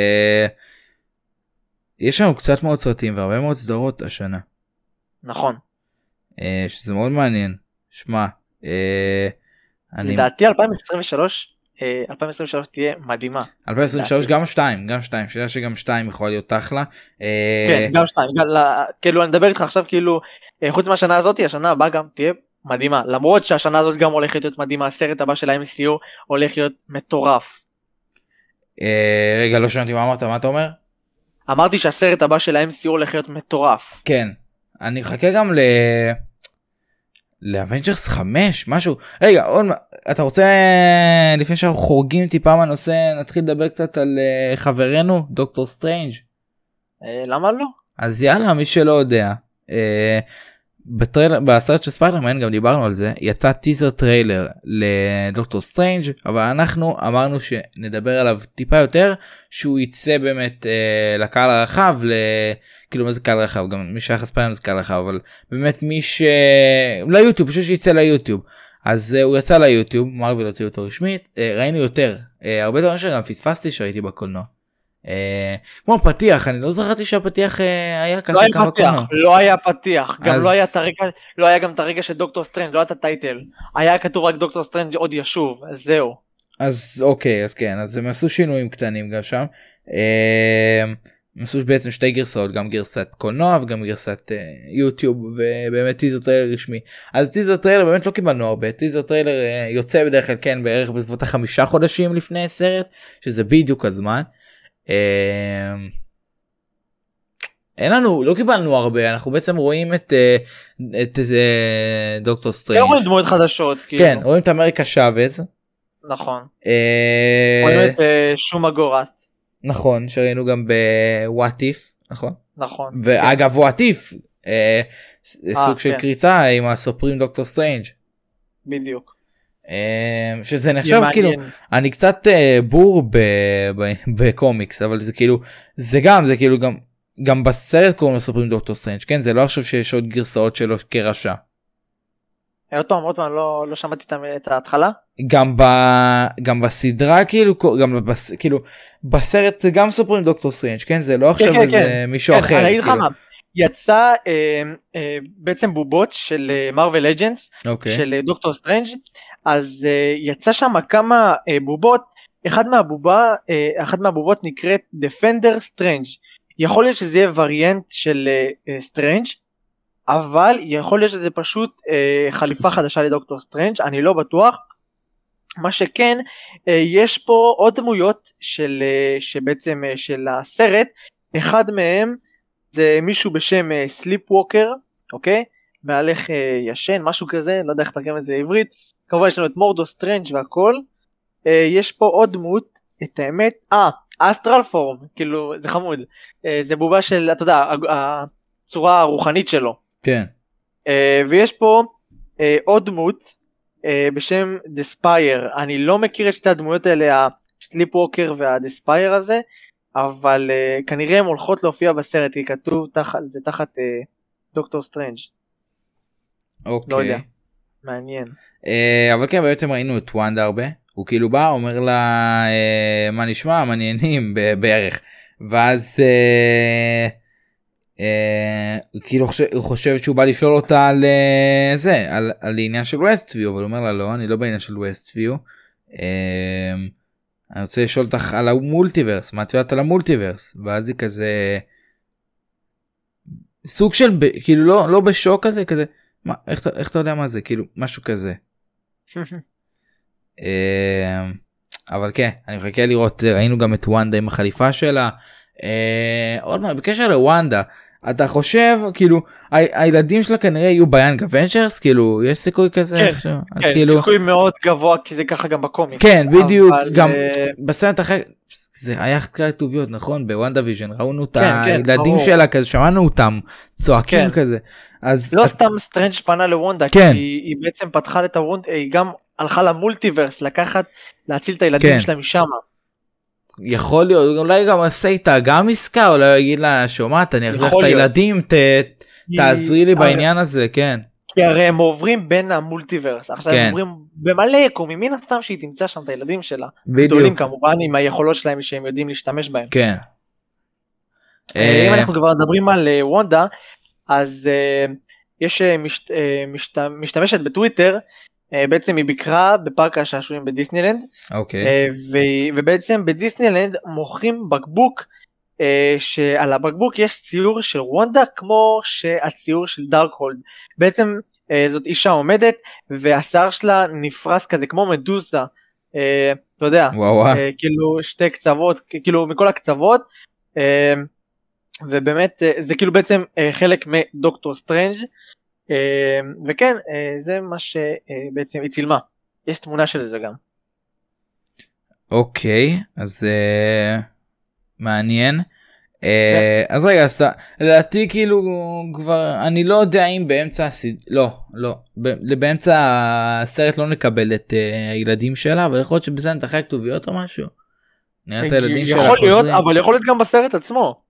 [SPEAKER 6] יש לנו קצת מאוד סרטים והרבה מאוד סדרות השנה.
[SPEAKER 7] נכון.
[SPEAKER 6] שזה מאוד מעניין. שמע,
[SPEAKER 7] לדעתי אלפיים עשרים ושלוש אלפיים עשרים ושלוש תהיה מדהימה.
[SPEAKER 6] אלפיים עשרים ושלוש גם שתיים, גם שתיים, שאלה שגם שתיים יכולה להיות אחלה.
[SPEAKER 7] כן, גם שתיים. כאילו אני מדבר איתך עכשיו כאילו, חוץ מהשנה הזאת, השנה הבאה גם תהיה מדהימה. למרות שהשנה הזאת גם הולכת להיות מדהימה, הסרט הבא של ה-אם סי יו הולך להיות מטורף.
[SPEAKER 6] רגע, לא שמעתי מה אמרת, מה אתה אומר?
[SPEAKER 7] אמרתי שהסרט הבא של ה-אם סי יו הולך להיות מטורף.
[SPEAKER 6] כן, אני מחכה גם ל... לאבנג'רס חמש, משהו. רגע, עוד... אתה רוצה, לפני שאנחנו חורגים טיפה מהנושא, נתחיל לדבר קצת על uh, חברנו, דוקטור סטרנג'.
[SPEAKER 7] אה, למה לא?
[SPEAKER 6] אז יאללה, מי שלא יודע. Uh, בטריילר, בסרט של ספיידרמן גם דיברנו על זה, יצא טיזר טריילר לדוקטור סטרנג', אבל אנחנו אמרנו שנדבר עליו טיפה יותר, שהוא יצא באמת אה, לקהל הרחב, ל... כאילו מה זה קהל רחב, גם מי שייך לספיידרמן זה קהל רחב, אבל באמת מי ש... ליוטיוב, פשוט שיצא ליוטיוב. אז אה, הוא יצא ליוטיוב, מרוול הוציאו אותו רשמית, אה, ראינו יותר, אה, הרבה דברים שגם פספסתי שראיתי בקולנוע. אה, כמו פתיח, אני לא זכרתי שהפתיח אה, היה ככה
[SPEAKER 7] לא היה פתיח, לא היה פתיח, גם אז... לא היה את הרגע, לא היה גם את הרגע של דוקטור סטרנג', לא היה את הטייטל, היה כתוב רק דוקטור סטרנג' עוד ישוב, אז זהו. אז
[SPEAKER 6] אוקיי, אז כן, אז הם עשו שינויים קטנים גם שם, אה, הם עשו בעצם שתי גרסאות, גם גרסת קולנוע וגם גרסת אה, יוטיוב, ובאמת טיזר טריילר רשמי. אז טיזר טריילר באמת לא קיבלנו הרבה, טיזר טריילר אה, יוצא בדרך כלל כן בערך בסביבות החמישה חודשים לפני סרט, שזה בדיוק הזמן. אין לנו, לא קיבלנו הרבה, אנחנו בעצם רואים את את דוקטור סטרנג'.
[SPEAKER 7] רואים דמויות חדשות.
[SPEAKER 6] כן, רואים את אמריקה שבז.
[SPEAKER 7] נכון. רואים את שום אגורה.
[SPEAKER 6] נכון, שראינו גם ב-What If, נכון?
[SPEAKER 7] נכון.
[SPEAKER 6] ואגב What If, סוג של קריצה עם הסופרים דוקטור סטרנג'.
[SPEAKER 7] בדיוק.
[SPEAKER 6] שזה נחשב כאילו אני קצת בור בקומיקס אבל זה כאילו זה גם זה כאילו גם גם בסרט קוראים לסופרים דוקטור סטרנג' כן זה לא עכשיו שיש עוד גרסאות שלו כרשע.
[SPEAKER 7] עוד פעם עוד פעם לא לא שמעתי את ההתחלה.
[SPEAKER 6] גם ב גם בסדרה כאילו גם כאילו בסרט זה גם סופרים דוקטור סטרנג' כן זה לא עכשיו איזה מישהו אחר.
[SPEAKER 7] יצא בעצם בובות של מרוול לג'נדס של דוקטור סטרנג' אז uh, יצא שם כמה uh, בובות, אחד מהבובה, uh, אחד מהבובות נקראת Defender Strange, יכול להיות שזה יהיה וריאנט של uh, Strange, אבל יכול להיות שזה פשוט uh, חליפה חדשה לדוקטור סטרנג', אני לא בטוח, מה שכן, uh, יש פה עוד דמויות של, uh, שבעצם uh, של הסרט, אחד מהם זה מישהו בשם uh, Sleepwalker, אוקיי? מהלך uh, ישן, משהו כזה, לא יודע איך תרגם את זה עברית, כמובן יש לנו את מורדו סטרנג' והכל, uh, יש פה עוד דמות, את האמת, אה, אסטרל פורם, כאילו זה חמוד, uh, זה בובה של, אתה יודע, הצורה הרוחנית שלו,
[SPEAKER 6] כן,
[SPEAKER 7] uh, ויש פה uh, עוד דמות uh, בשם דספייר, אני לא מכיר את שתי הדמויות האלה, הסליפווקר והדספייר הזה, אבל uh, כנראה הן הולכות להופיע בסרט, כי כתוב תחת, זה תחת uh, דוקטור סטרנג'.
[SPEAKER 6] אוקיי.
[SPEAKER 7] לא יודע, מעניין.
[SPEAKER 6] Uh, אבל כן בעצם ראינו את וונדה הרבה, הוא כאילו בא אומר לה uh, מה נשמע מעניינים בערך, ואז uh, uh, כאילו הוא חושב שהוא בא לשאול אותה על uh, זה, על, על עניין של ווסטוויו, אבל הוא אומר לה לא, אני לא בעניין של ווסטוויו, uh, אני רוצה לשאול אותך על המולטיברס, מה את יודעת על המולטיברס? ואז היא כזה סוג של כאילו לא לא בשוק כזה כזה מה איך איך אתה יודע מה זה כאילו משהו כזה. אבל כן אני מחכה לראות, ראינו גם את וונדה עם החליפה שלה. עוד מה בקשר לוונדה, אתה חושב כאילו הילדים שלה כנראה יהיו ביאנג אבנג'רס, כאילו יש סיכוי כזה?
[SPEAKER 7] כן, כן, סיכוי מאוד גבוה כי זה ככה גם בקומיקס.
[SPEAKER 6] כן בדיוק, גם בסרט אחר זה היה חקרי טוביות נכון בוונדה ויז'ן, ראינו את הילדים שלה כזה, שמענו אותם צועקים כזה.
[SPEAKER 7] לא סתם סטרנג' פנה לוונדה כי היא בעצם פתחה את הוונדה, היא גם הלכה למולטיברס לקחת להציל את הילדים שלה משם.
[SPEAKER 6] יכול להיות, אולי גם עשה איתה גם עסקה, אולי יגיד לה שומעת אני אחזיר את הילדים, תעזרי לי בעניין הזה, כן.
[SPEAKER 7] כי הרי הם עוברים בין המולטיברס, עכשיו הם עוברים במלא יקומים, מן הסתם שהיא תמצא שם את הילדים שלה. גדולים כמובן עם היכולות שלהם שהם יודעים להשתמש בהם.
[SPEAKER 6] כן.
[SPEAKER 7] אם אנחנו כבר מדברים על וונדה, אז יש משתמשת בטוויטר, בעצם היא ביקרה בפארק השעשועים בדיסנילנד, ובעצם בדיסנילנד מוכרים בקבוק, שעל הבקבוק יש ציור של וונדה כמו שהציור של דארקהולד, בעצם זאת אישה עומדת והשיער שלה נפרס כזה כמו מדוזה, אתה יודע, כאילו שתי קצוות, כאילו מכל הקצוות, ובאמת זה כאילו בעצם חלק מדוקטור סטרנג', וכן זה מה שבעצם היא צילמה, יש תמונה של זה גם.
[SPEAKER 6] אוקיי, אז מעניין. אז רגע, לדעתי כאילו כבר אני לא יודע אם באמצע לא לא באמצע הסרט לא נקבל את הילדים שלה, אבל יכול להיות שבזה נתחק כתוביות או משהו. נראה את הילדים שלה
[SPEAKER 7] יכול להיות, אבל יכול להיות גם בסרט עצמו.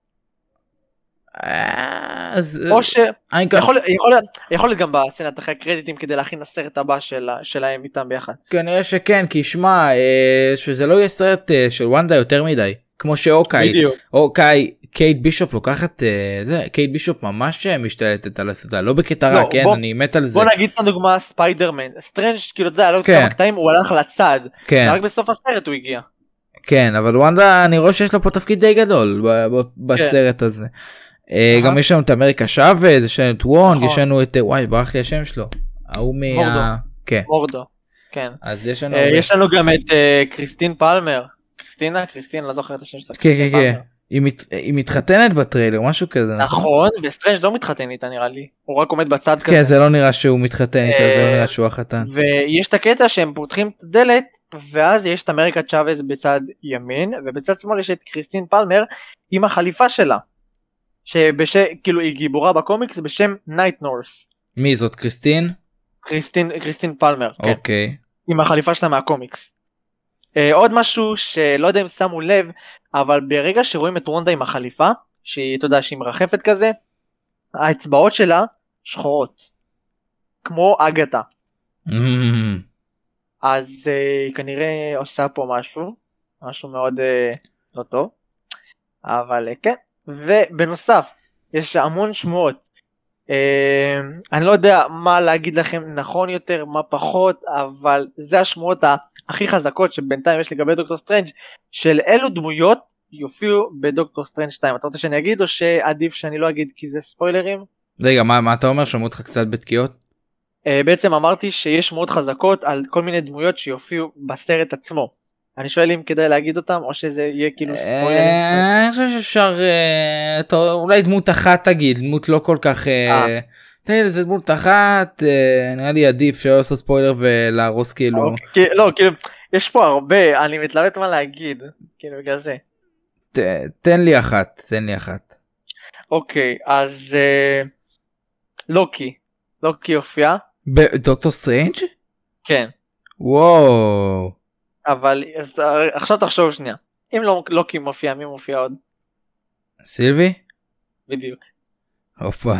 [SPEAKER 7] או ש... יכול להיות גם בסצנת אחרי הקרדיטים כדי להכין הסרט הבא שלהם איתם ביחד.
[SPEAKER 6] כנראה שכן, כי שמע שזה לא יהיה סרט של וונדה יותר מדי, כמו שאוקאי, אוקאי, קייט בישופ לוקחת, זה, קייט בישופ ממש משתלטת על הסרט, לא בקטע רע, כן, אני מת על זה.
[SPEAKER 7] בוא נגיד את הדוגמה ספיידרמן, סטרנג' כאילו אתה יודע, לא כמה קטעים, הוא הלך לצד, רק בסוף הסרט הוא הגיע.
[SPEAKER 6] כן, אבל וונדה אני רואה שיש לה פה תפקיד די גדול בסרט הזה. גם יש לנו את אמריקה שווה, יש לנו את וונג, יש לנו את, וואי, ברח לי השם שלו.
[SPEAKER 7] מורדו. כן.
[SPEAKER 6] אז יש לנו...
[SPEAKER 7] יש לנו גם את קריסטין פלמר. קריסטינה? קריסטין, לא זוכר את השם שלה.
[SPEAKER 6] כן, כן, כן. היא מתחתנת בטריילר, משהו כזה.
[SPEAKER 7] נכון, וסטרנג' לא מתחתן איתה נראה לי. הוא רק עומד בצד כזה.
[SPEAKER 6] כן, זה לא נראה שהוא מתחתן איתה, זה לא נראה שהוא החתן.
[SPEAKER 7] ויש את הקטע שהם פותחים את הדלת, ואז יש את אמריקה צ'אבז בצד ימין, ובצד שמאל יש את קריסטין פלמר עם החליפה שלה. שבשם, כאילו היא גיבורה בקומיקס בשם נייט נורס.
[SPEAKER 6] מי זאת, קריסטין?
[SPEAKER 7] קריסטין, קריסטין פלמר.
[SPEAKER 6] אוקיי.
[SPEAKER 7] כן. עם החליפה שלה מהקומיקס. אה, עוד משהו שלא יודע אם שמו לב, אבל ברגע שרואים את וונדה עם החליפה, שהיא, אתה יודע, שהיא מרחפת כזה, האצבעות שלה שחורות. כמו אגתה.
[SPEAKER 6] Mm.
[SPEAKER 7] אז אה, היא כנראה עושה פה משהו, משהו מאוד אה, לא טוב. אבל אה, כן. ובנוסף יש המון שמועות, אה, אני לא יודע מה להגיד לכם נכון יותר מה פחות, אבל זה השמועות הכי חזקות שבינתיים יש לגבי דוקטור סטרנג', של אילו דמויות יופיעו בדוקטור סטרנג' שתיים. אתה רוצה שאני אגיד או שעדיף שאני לא אגיד כי זה ספוילרים?
[SPEAKER 6] רגע, מה, מה אתה אומר? שמעו אותך קצת בתקיעות?
[SPEAKER 7] אה, בעצם אמרתי שיש שמועות חזקות על כל מיני דמויות שיופיעו בסרט עצמו. אני שואל אם כדאי להגיד אותם או שזה יהיה כאילו ספוילרים.
[SPEAKER 6] אני חושב שאפשר, אולי דמות אחת תגיד, דמות לא כל כך, תגיד איזה דמות אחת, נראה לי עדיף שלא לעשות ספוילר ולהרוס כאילו.
[SPEAKER 7] לא, כאילו יש פה הרבה, אני מתלבט מה להגיד, כאילו בגלל זה.
[SPEAKER 6] תן לי אחת, תן לי אחת.
[SPEAKER 7] אוקיי, אז לוקי, לוקי הופיע.
[SPEAKER 6] בדוקטור סטרנג'?
[SPEAKER 7] כן.
[SPEAKER 6] וואו.
[SPEAKER 7] אבל עכשיו תחשוב שנייה, אם לא לוקי מופיע, מי מופיע עוד?
[SPEAKER 6] סילבי?
[SPEAKER 7] בדיוק.
[SPEAKER 6] הופה.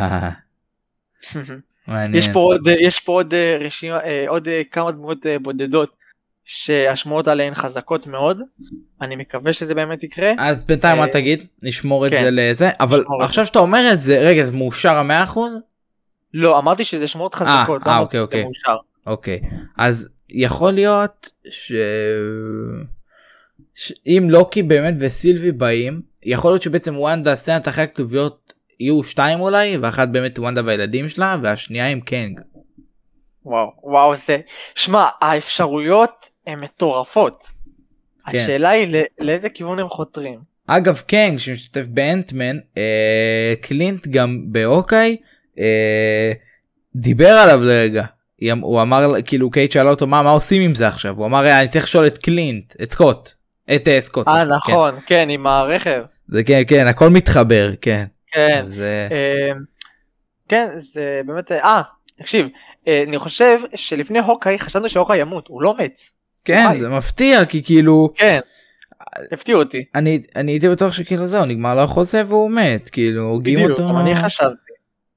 [SPEAKER 7] יש פה עוד, יש פה עוד רשימה, עוד כמה דמות בודדות שהשמועות עליהן חזקות מאוד, אני מקווה שזה באמת יקרה.
[SPEAKER 6] אז בינתיים מה תגיד? נשמור את זה לזה, אבל עכשיו שאתה אומר את זה, רגע, זה מאושר המאה אחוז?
[SPEAKER 7] לא, אמרתי שזה שמועות חזקות.
[SPEAKER 6] אה, אוקיי, אוקיי. אוקיי, אז יכול להיות ש... אם לוקי באמת וסילבי באים, יכול להיות שבעצם וונדה, סצנת אחרי הכתוביות יהיו שתיים אולי, ואחת באמת וונדה והילדים שלה, והשנייה עם קנג.
[SPEAKER 7] וואו, וואו, זה... שמע, האפשרויות הן מטורפות. כן. השאלה היא לא, לאיזה כיוון הם חותרים.
[SPEAKER 6] אגב, קנג שמשתתף באנטמן, אה, קלינט גם באוקיי, אה, דיבר עליו לרגע. הוא אמר, כאילו קייט שאלה אותו, מה, מה עושים עם זה עכשיו? הוא אמר, אני צריך לשאול את קלינט, את סקוט. את uh, סקוט.
[SPEAKER 7] אה, נכון, כן. כן, עם הרכב.
[SPEAKER 6] זה כן, כן, הכל מתחבר, כן.
[SPEAKER 7] כן. זה... אה, כן, זה באמת... אה, תקשיב, אה, אני חושב שלפני הוקאי, חשבנו שהוקאי ימות, הוא לא מת.
[SPEAKER 6] כן, הוקאי. זה מפתיע, כי כאילו...
[SPEAKER 7] כן, הפתיע אותי.
[SPEAKER 6] אני, אני הייתי בטוח שכאילו זהו, נגמר לו החוזה והוא מת, כאילו, הורגים אותו...
[SPEAKER 7] בדיוק, אני חשבתי.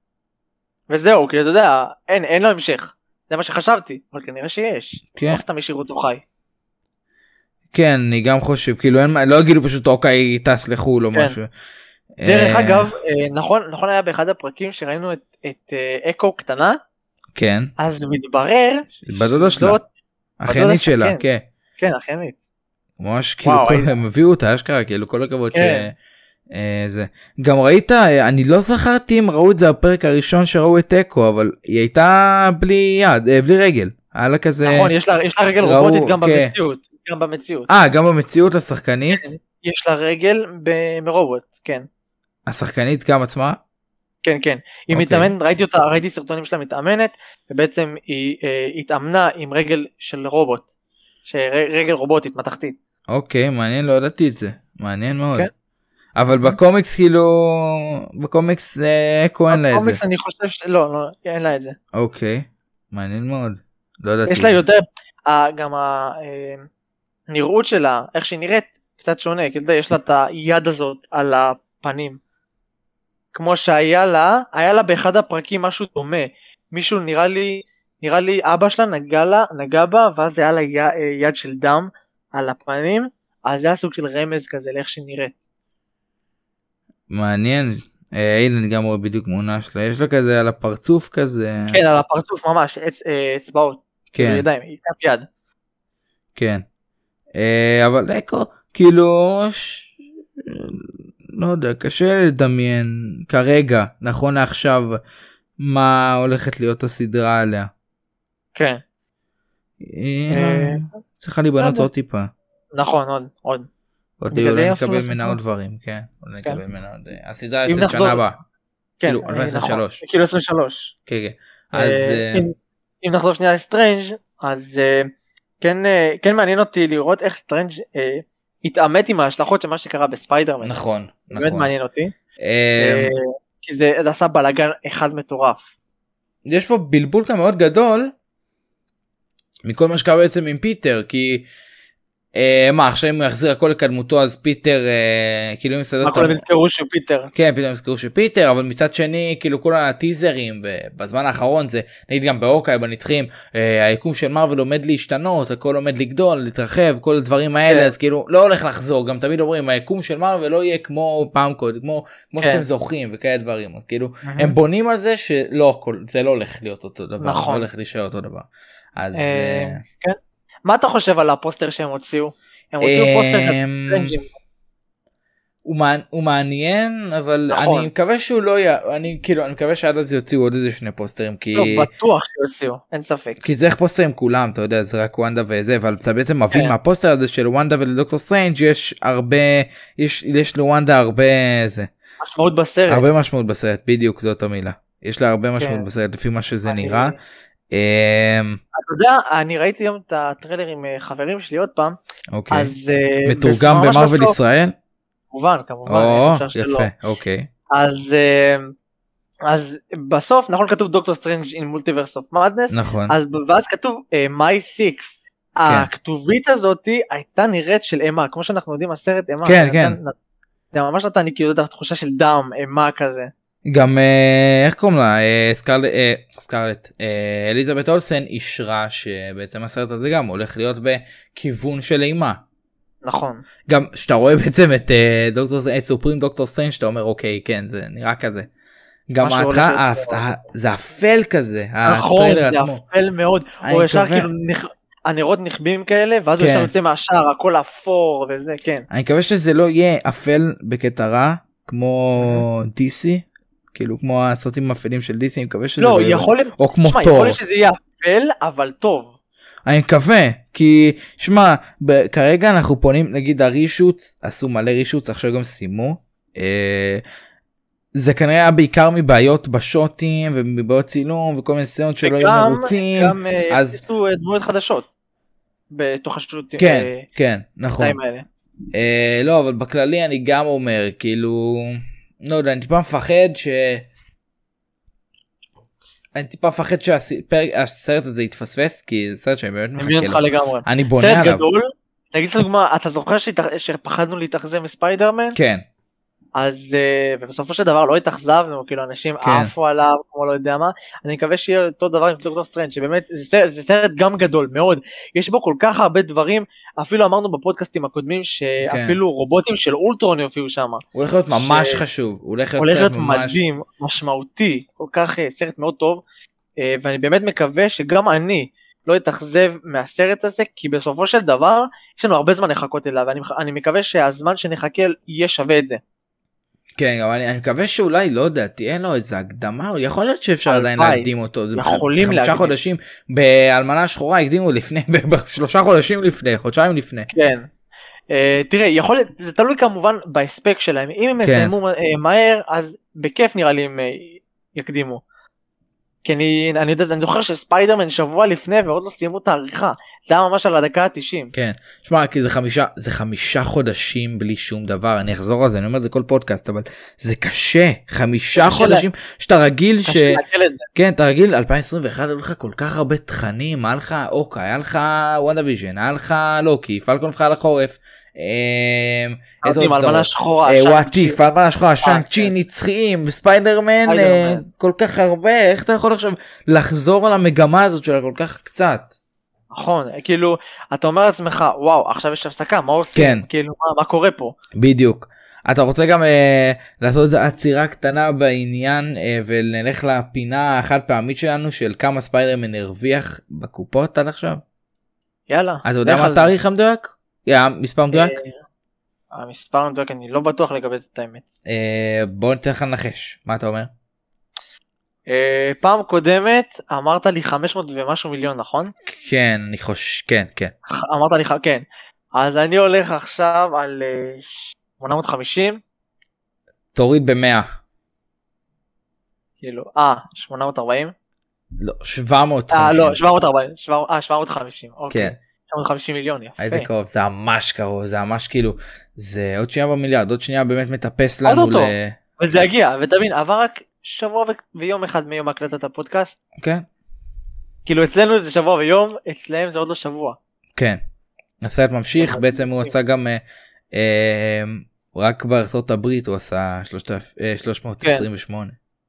[SPEAKER 7] וזהו, כאילו, אתה יודע, אין, אין לו המשך. זה מה שחשבתי, אבל כנראה שיש. כן. איך אתה משאיר אותו חי?
[SPEAKER 6] כן, אני גם חושב, כאילו, אין, לא יגידו פשוט אוקיי, טס לחול או כן. משהו.
[SPEAKER 7] דרך אגב, נכון, נכון היה באחד הפרקים שראינו את, את אקו קטנה,
[SPEAKER 6] כן.
[SPEAKER 7] אז מתברר,
[SPEAKER 6] בדודה שלה, אחיינית שלה, כן. כן,
[SPEAKER 7] כן, אחיינית.
[SPEAKER 6] ממש, כאילו, הם הביאו אותה, אשכרה, כאילו, כל הכבוד ש... זה. גם ראית, אני לא זכרתי אם ראו את זה הפרק הראשון שראו את אקו, אבל היא הייתה בלי יד, בלי רגל. היה לה כזה...
[SPEAKER 7] נכון, יש לה, יש לה רגל רובוטית גם במציאות. גם במציאות.
[SPEAKER 6] אה, גם במציאות השחקנית?
[SPEAKER 7] יש לה רגל מרובוט, כן.
[SPEAKER 6] השחקנית גם עצמה?
[SPEAKER 7] כן, כן. היא מתאמנת, ראיתי אותה, ראיתי סרטונים שלה מתאמנת, ובעצם היא התאמנה עם רגל של רובוט. רגל רובוטית, מתחתית.
[SPEAKER 6] אוקיי, מעניין, לא ידעתי את זה. מעניין מאוד. אבל בקומיקס כאילו, בקומיקס אקו אין לה את זה.
[SPEAKER 7] בקומיקס אני חושב ש... לא, לא, אין לה את זה.
[SPEAKER 6] אוקיי, מעניין מאוד. לא ידעתי.
[SPEAKER 7] יש לה יותר, גם הנראות שלה, איך שהיא נראית, קצת שונה, כי יש לה את היד הזאת על הפנים. כמו שהיה לה, היה לה באחד הפרקים משהו דומה. מישהו נראה לי, נראה לי אבא שלה נגע לה, נגע בה, ואז היה לה יד של דם על הפנים, אז זה היה סוג של רמז כזה, לאיך שהיא נראית. מעניין,
[SPEAKER 6] הנה אני גם רואה בדיוק תמונה שלה, יש לה כזה על הפרצוף כזה.
[SPEAKER 7] כן, על הפרצוף ממש, אצבעות.
[SPEAKER 6] כן.
[SPEAKER 7] ידיים, כף יד.
[SPEAKER 6] כן. אבל אקו, כאילו, לא יודע, קשה לדמיין כרגע, נכון לעכשיו, מה הולכת להיות הסדרה עליה.
[SPEAKER 7] כן.
[SPEAKER 6] צריכה להיבנות עוד טיפה.
[SPEAKER 7] נכון, עוד, עוד.
[SPEAKER 6] אולי נקבל ממנה עוד דברים, כן. אולי נקבל ממנה עוד... הסדרה יצאת שנה הבאה.
[SPEAKER 7] כן,
[SPEAKER 6] אלפיים עשרים ושלוש.
[SPEAKER 7] כאילו עשרים ושלוש.
[SPEAKER 6] כן, כן. אז...
[SPEAKER 7] אם נחזור שנייה לסטרנג', אז כן מעניין אותי לראות איך סטרנג' התאמת עם ההשלכות של מה שקרה בספיידרמן.
[SPEAKER 6] נכון, נכון.
[SPEAKER 7] באמת מעניין אותי. כי זה עשה בלגן אחד מטורף.
[SPEAKER 6] יש פה בלבול כאן מאוד גדול, מכל מה שקרה בעצם עם פיטר, כי... מה, עכשיו אם הוא יחזיר הכל לקדמותו, אז פיטר, כאילו אם מסתדר...
[SPEAKER 7] מה כולם יזכרו שהוא פיטר?
[SPEAKER 6] כן, פתאום יזכרו שהוא פיטר, אבל מצד שני, כאילו כל הטיזרים, ובזמן האחרון זה, נגיד גם באוקיי, בנצחים, היקום של מרוול עומד להשתנות, הכל עומד לגדול, להתרחב, כל הדברים האלה, אז כאילו לא הולך לחזור, גם תמיד אומרים, היקום של מרוול לא יהיה כמו פעם קודם, כמו שאתם זוכרים, וכאלה דברים, אז כאילו, הם בונים על זה שלא הכל, זה לא הולך להיות אותו דבר, לא הולך להישאר אותו דבר. אז...
[SPEAKER 7] כן. מה אתה חושב על הפוסטר שהם הוציאו? הם הוציאו פוסטר סטרנג'ים.
[SPEAKER 6] הוא מעניין, אבל אני מקווה שהוא לא יהיה, אני כאילו, אני מקווה שעד אז יוציאו עוד איזה שני פוסטרים, כי...
[SPEAKER 7] לא, בטוח שיוציאו, אין ספק.
[SPEAKER 6] כי זה איך פוסטרים כולם, אתה יודע, זה רק וונדה וזה, אבל אתה בעצם מבין מהפוסטר הזה של וונדה ולדוקטור סטרנג' יש הרבה, יש לוונדה הרבה, זה.
[SPEAKER 7] משמעות בסרט.
[SPEAKER 6] הרבה משמעות בסרט, בדיוק זאת המילה. יש לה הרבה משמעות בסרט, לפי מה שזה נראה.
[SPEAKER 7] אתה יודע, אני ראיתי היום את הטריילר עם חברים שלי עוד פעם, אז
[SPEAKER 6] מתורגם במרוול ישראל?
[SPEAKER 7] כמובן, כמובן,
[SPEAKER 6] יפה, אוקיי.
[SPEAKER 7] אז אז בסוף, נכון, כתוב דוקטור סטרנג' in multiverse of madness,
[SPEAKER 6] נכון,
[SPEAKER 7] ואז כתוב מיי סיקס, הכתובית הזאת הייתה נראית של אימה, כמו שאנחנו יודעים, הסרט אימה,
[SPEAKER 6] כן, כן,
[SPEAKER 7] זה ממש נתן לי כאילו את התחושה של דם, אימה כזה.
[SPEAKER 6] גם איך קוראים לה, סקרלט, אליזבת אולסן אישרה שבעצם הסרט הזה גם הולך להיות בכיוון של אימה.
[SPEAKER 7] נכון.
[SPEAKER 6] גם שאתה רואה בעצם את דוקטור סופרים דוקטור סטרנג' שאתה אומר אוקיי כן זה נראה כזה. גם ההתחלה זה אפל כזה.
[SPEAKER 7] נכון, זה אפל מאוד. הוא ישר כאילו הנרות נכבים כאלה, ואז הוא
[SPEAKER 6] כן.
[SPEAKER 7] ישר יוצא מהשער, הכל אפור וזה, כן.
[SPEAKER 6] אני מקווה שזה לא יהיה אפל בקטע רע, כמו די סי, כאילו כמו הסרטים האפלים של די סי, אני מקווה שזה
[SPEAKER 7] לא,
[SPEAKER 6] לא יהיה,
[SPEAKER 7] יכול...
[SPEAKER 6] או כמו
[SPEAKER 7] שמה,
[SPEAKER 6] תור.
[SPEAKER 7] יכול להיות שזה יהיה אפל, אבל טוב.
[SPEAKER 6] אני מקווה, כי שמע, ב- כרגע אנחנו פונים, נגיד הרישוץ, עשו מלא רישוץ, עכשיו גם סיימו, אה, זה כנראה היה בעיקר מבעיות בשוטים, ומבעיות צילום, וכל מיני סצנות שלא היו
[SPEAKER 7] וגם-
[SPEAKER 6] מרוצים,
[SPEAKER 7] גם אה,
[SPEAKER 6] אז-
[SPEAKER 7] הכניסו אה, דמויות חדשות. בתוך השוטים.
[SPEAKER 6] כן,
[SPEAKER 7] אה,
[SPEAKER 6] כן, נכון.
[SPEAKER 7] הקטעים האלה.
[SPEAKER 6] אה, לא, אבל בכללי אני גם אומר, כאילו, לא יודע, אני טיפה מפחד ש... אני טיפה מפחד שהסרט הזה יתפספס, כי זה סרט שאני באמת
[SPEAKER 7] אני מבין
[SPEAKER 6] מחכה
[SPEAKER 7] אותך
[SPEAKER 6] לו.
[SPEAKER 7] לגמרי.
[SPEAKER 6] אני בונה
[SPEAKER 7] סרט
[SPEAKER 6] עליו.
[SPEAKER 7] גדול. נגיד לדוגמה, אתה זוכר שהתאכ- שפחדנו להתאכזב מספיידרמן?
[SPEAKER 6] כן,
[SPEAKER 7] אז אה, ובסופו של דבר לא התאכזבנו, כאילו אנשים
[SPEAKER 6] כן.
[SPEAKER 7] עפו עליו, כמו לא יודע מה. אני מקווה שיהיה אותו דבר עם דוקטור סטרנג', שבאמת זה סרט, זה סרט גם גדול מאוד. יש בו כל כך הרבה דברים, אפילו אמרנו בפודקאסטים הקודמים שאפילו רובוטים של אולטרון יופיעו שם.
[SPEAKER 6] הוא הולך להיות ממש
[SPEAKER 7] ש-
[SPEAKER 6] חשוב, הוא הולך להיות
[SPEAKER 7] הולך
[SPEAKER 6] סרט
[SPEAKER 7] להיות
[SPEAKER 6] ממש...
[SPEAKER 7] מדהים, משמעותי, כל כך אה, סרט מאוד טוב, אה, ואני באמת מקווה שגם אני לא אתאכזב מהסרט הזה, כי בסופו של דבר יש לנו הרבה זמן לחכות אליו, ואני אני מקווה שהזמן שנחכה יהיה שווה את זה.
[SPEAKER 6] כן, אבל אני, אני מקווה שאולי, לא יודע, תהיה לו איזה הקדמה, או יכול להיות שאפשר עדיין
[SPEAKER 7] הלוואי.
[SPEAKER 6] להקדים אותו, זה
[SPEAKER 7] יכולים
[SPEAKER 6] חמישה
[SPEAKER 7] להקדים.
[SPEAKER 6] חודשים, באלמנה השחורה הקדימו לפני, בשלושה חודשים לפני, חודשיים לפני.
[SPEAKER 7] כן. Uh, תראה, יכול להיות, זה תלוי כמובן בהספק שלהם, אם הם
[SPEAKER 6] כן.
[SPEAKER 7] יסיימו uh, מהר, אז בכיף נראה לי הם uh, יקדימו. כי אני, אני יודע, אני זוכר שספיידרמן שבוע לפני ועוד לא סיימו את העריכה, זה היה ממש על הדקה ה-תשעים.
[SPEAKER 6] כן, שמע, כי זה חמישה, זה חמישה חודשים בלי שום דבר, אני אחזור על זה, אני אומר את זה כל פודקאסט, אבל זה קשה, חמישה
[SPEAKER 7] קשה
[SPEAKER 6] חודשים, שאתה רגיל ש...
[SPEAKER 7] קשה להקל את זה.
[SPEAKER 6] כן, אתה רגיל, אלפיים עשרים ואחת היה לך כל כך הרבה תכנים, היה לך אוקה, היה לך וונדה ויז'ן, היה לך לוקי, פלקון ובחייל החורף, אמ, איזה עוד
[SPEAKER 7] אלמנה
[SPEAKER 6] סדרות?
[SPEAKER 7] שחורה,
[SPEAKER 6] אה,
[SPEAKER 7] שאנג
[SPEAKER 6] וואטיף,
[SPEAKER 7] צ'י.
[SPEAKER 6] אלמנה שחורה, שאנג
[SPEAKER 7] כן.
[SPEAKER 6] צ'י, נצחיים, ספיידרמן,
[SPEAKER 7] ספיידרמן.
[SPEAKER 6] אה, כל כך הרבה, איך אתה יכול עכשיו לחזור על המגמה הזאת שלה כל כך קצת?
[SPEAKER 7] נכון, כאילו, אתה אומר לעצמך, וואו, עכשיו יש הפסקה, מה עושים?
[SPEAKER 6] כן.
[SPEAKER 7] כאילו, מה, מה קורה פה?
[SPEAKER 6] בדיוק. אתה רוצה גם אה, לעשות איזו עצירה קטנה בעניין אה, ונלך לפינה החד פעמית שלנו של כמה ספיידרמן הרוויח בקופות עד עכשיו?
[SPEAKER 7] יאללה.
[SPEAKER 6] אתה יודע
[SPEAKER 7] לך
[SPEAKER 6] מה
[SPEAKER 7] על זה.
[SPEAKER 6] התאריך המדויק? יא, מספר מדויק?
[SPEAKER 7] אה, המספר המדויק, אני לא בטוח לגבי זה את האמת.
[SPEAKER 6] אה, בוא ניתן לך לנחש, מה אתה אומר?
[SPEAKER 7] אה, פעם קודמת אמרת לי חמש מאות ומשהו מיליון, נכון?
[SPEAKER 6] כן, אני חושב, כן, כן.
[SPEAKER 7] אמרת לי, ח- כן. אז אני הולך עכשיו על אה, שמונה מאות וחמישים,
[SPEAKER 6] תוריד במאה.
[SPEAKER 7] כאילו, אה, שמונה מאות וארבעים?
[SPEAKER 6] לא, שבע מאות
[SPEAKER 7] אה,
[SPEAKER 6] חמישים.
[SPEAKER 7] לא, שבע מאות וארבעים, שבע- אה, שבע מאות וחמישים, אוקיי.
[SPEAKER 6] כן.
[SPEAKER 7] שבע מאות וחמישים מיליון, יפה.
[SPEAKER 6] הייתי קרוב, זה ממש קרוב, זה ממש כאילו, זה עוד שנייה במיליארד, עוד שנייה באמת מטפס לנו
[SPEAKER 7] עוד
[SPEAKER 6] ל...
[SPEAKER 7] אותו. וזה יגיע, ותבין, עבר רק שבוע ו- ויום אחד מיום הקלטת הפודקאסט,
[SPEAKER 6] כן,
[SPEAKER 7] כאילו אצלנו זה שבוע ויום, אצלהם זה עוד לא שבוע.
[SPEAKER 6] כן. הסרט ממשיך, בעצם הוא עשה גם, אה, אה, רק בארצות הברית הוא עשה שלושת אלפים, אה, שלוש מאות עשרים ושמונה.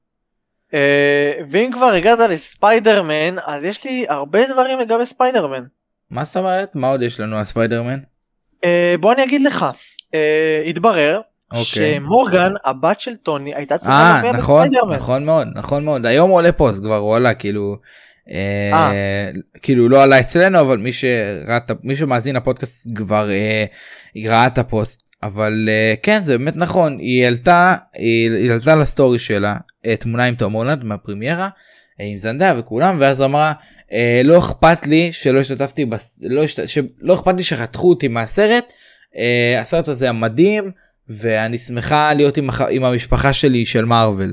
[SPEAKER 7] אה, ואם כבר הגעת לספיידרמן, אז יש לי הרבה דברים לגבי ספיידרמן.
[SPEAKER 6] מה זאת אומרת? מה עוד יש לנו על ספיידרמן?
[SPEAKER 7] אה, בוא אני אגיד לך, אה, התברר
[SPEAKER 6] אוקיי.
[SPEAKER 7] שמורגן, הבת של טוני, הייתה צריכה
[SPEAKER 6] אה,
[SPEAKER 7] להופיע
[SPEAKER 6] נכון,
[SPEAKER 7] בספיידרמן.
[SPEAKER 6] נכון מאוד, נכון מאוד. היום הוא עולה פוסט, כבר הוא עלה, כאילו, אה,
[SPEAKER 7] אה.
[SPEAKER 6] כאילו לא עלה אצלנו, אבל מי שראה, את ה- מי שמאזין לפודקאסט כבר אה, ראה את הפוסט. אבל אה, כן, זה באמת נכון, היא העלתה, היא היא העלתה לסטורי שלה, אה, תמונה עם תום הולנד מהפרימיירה, אה, עם זנדיה וכולם, ואז אמרה, אה, לא אכפת לי שלא השתתפתי, בס... לא, השת... שלא אכפת לי שחתכו אותי מהסרט, אה, הסרט הזה המדהים, ואני שמחה להיות עם, הח... עם המשפחה שלי של מארוול.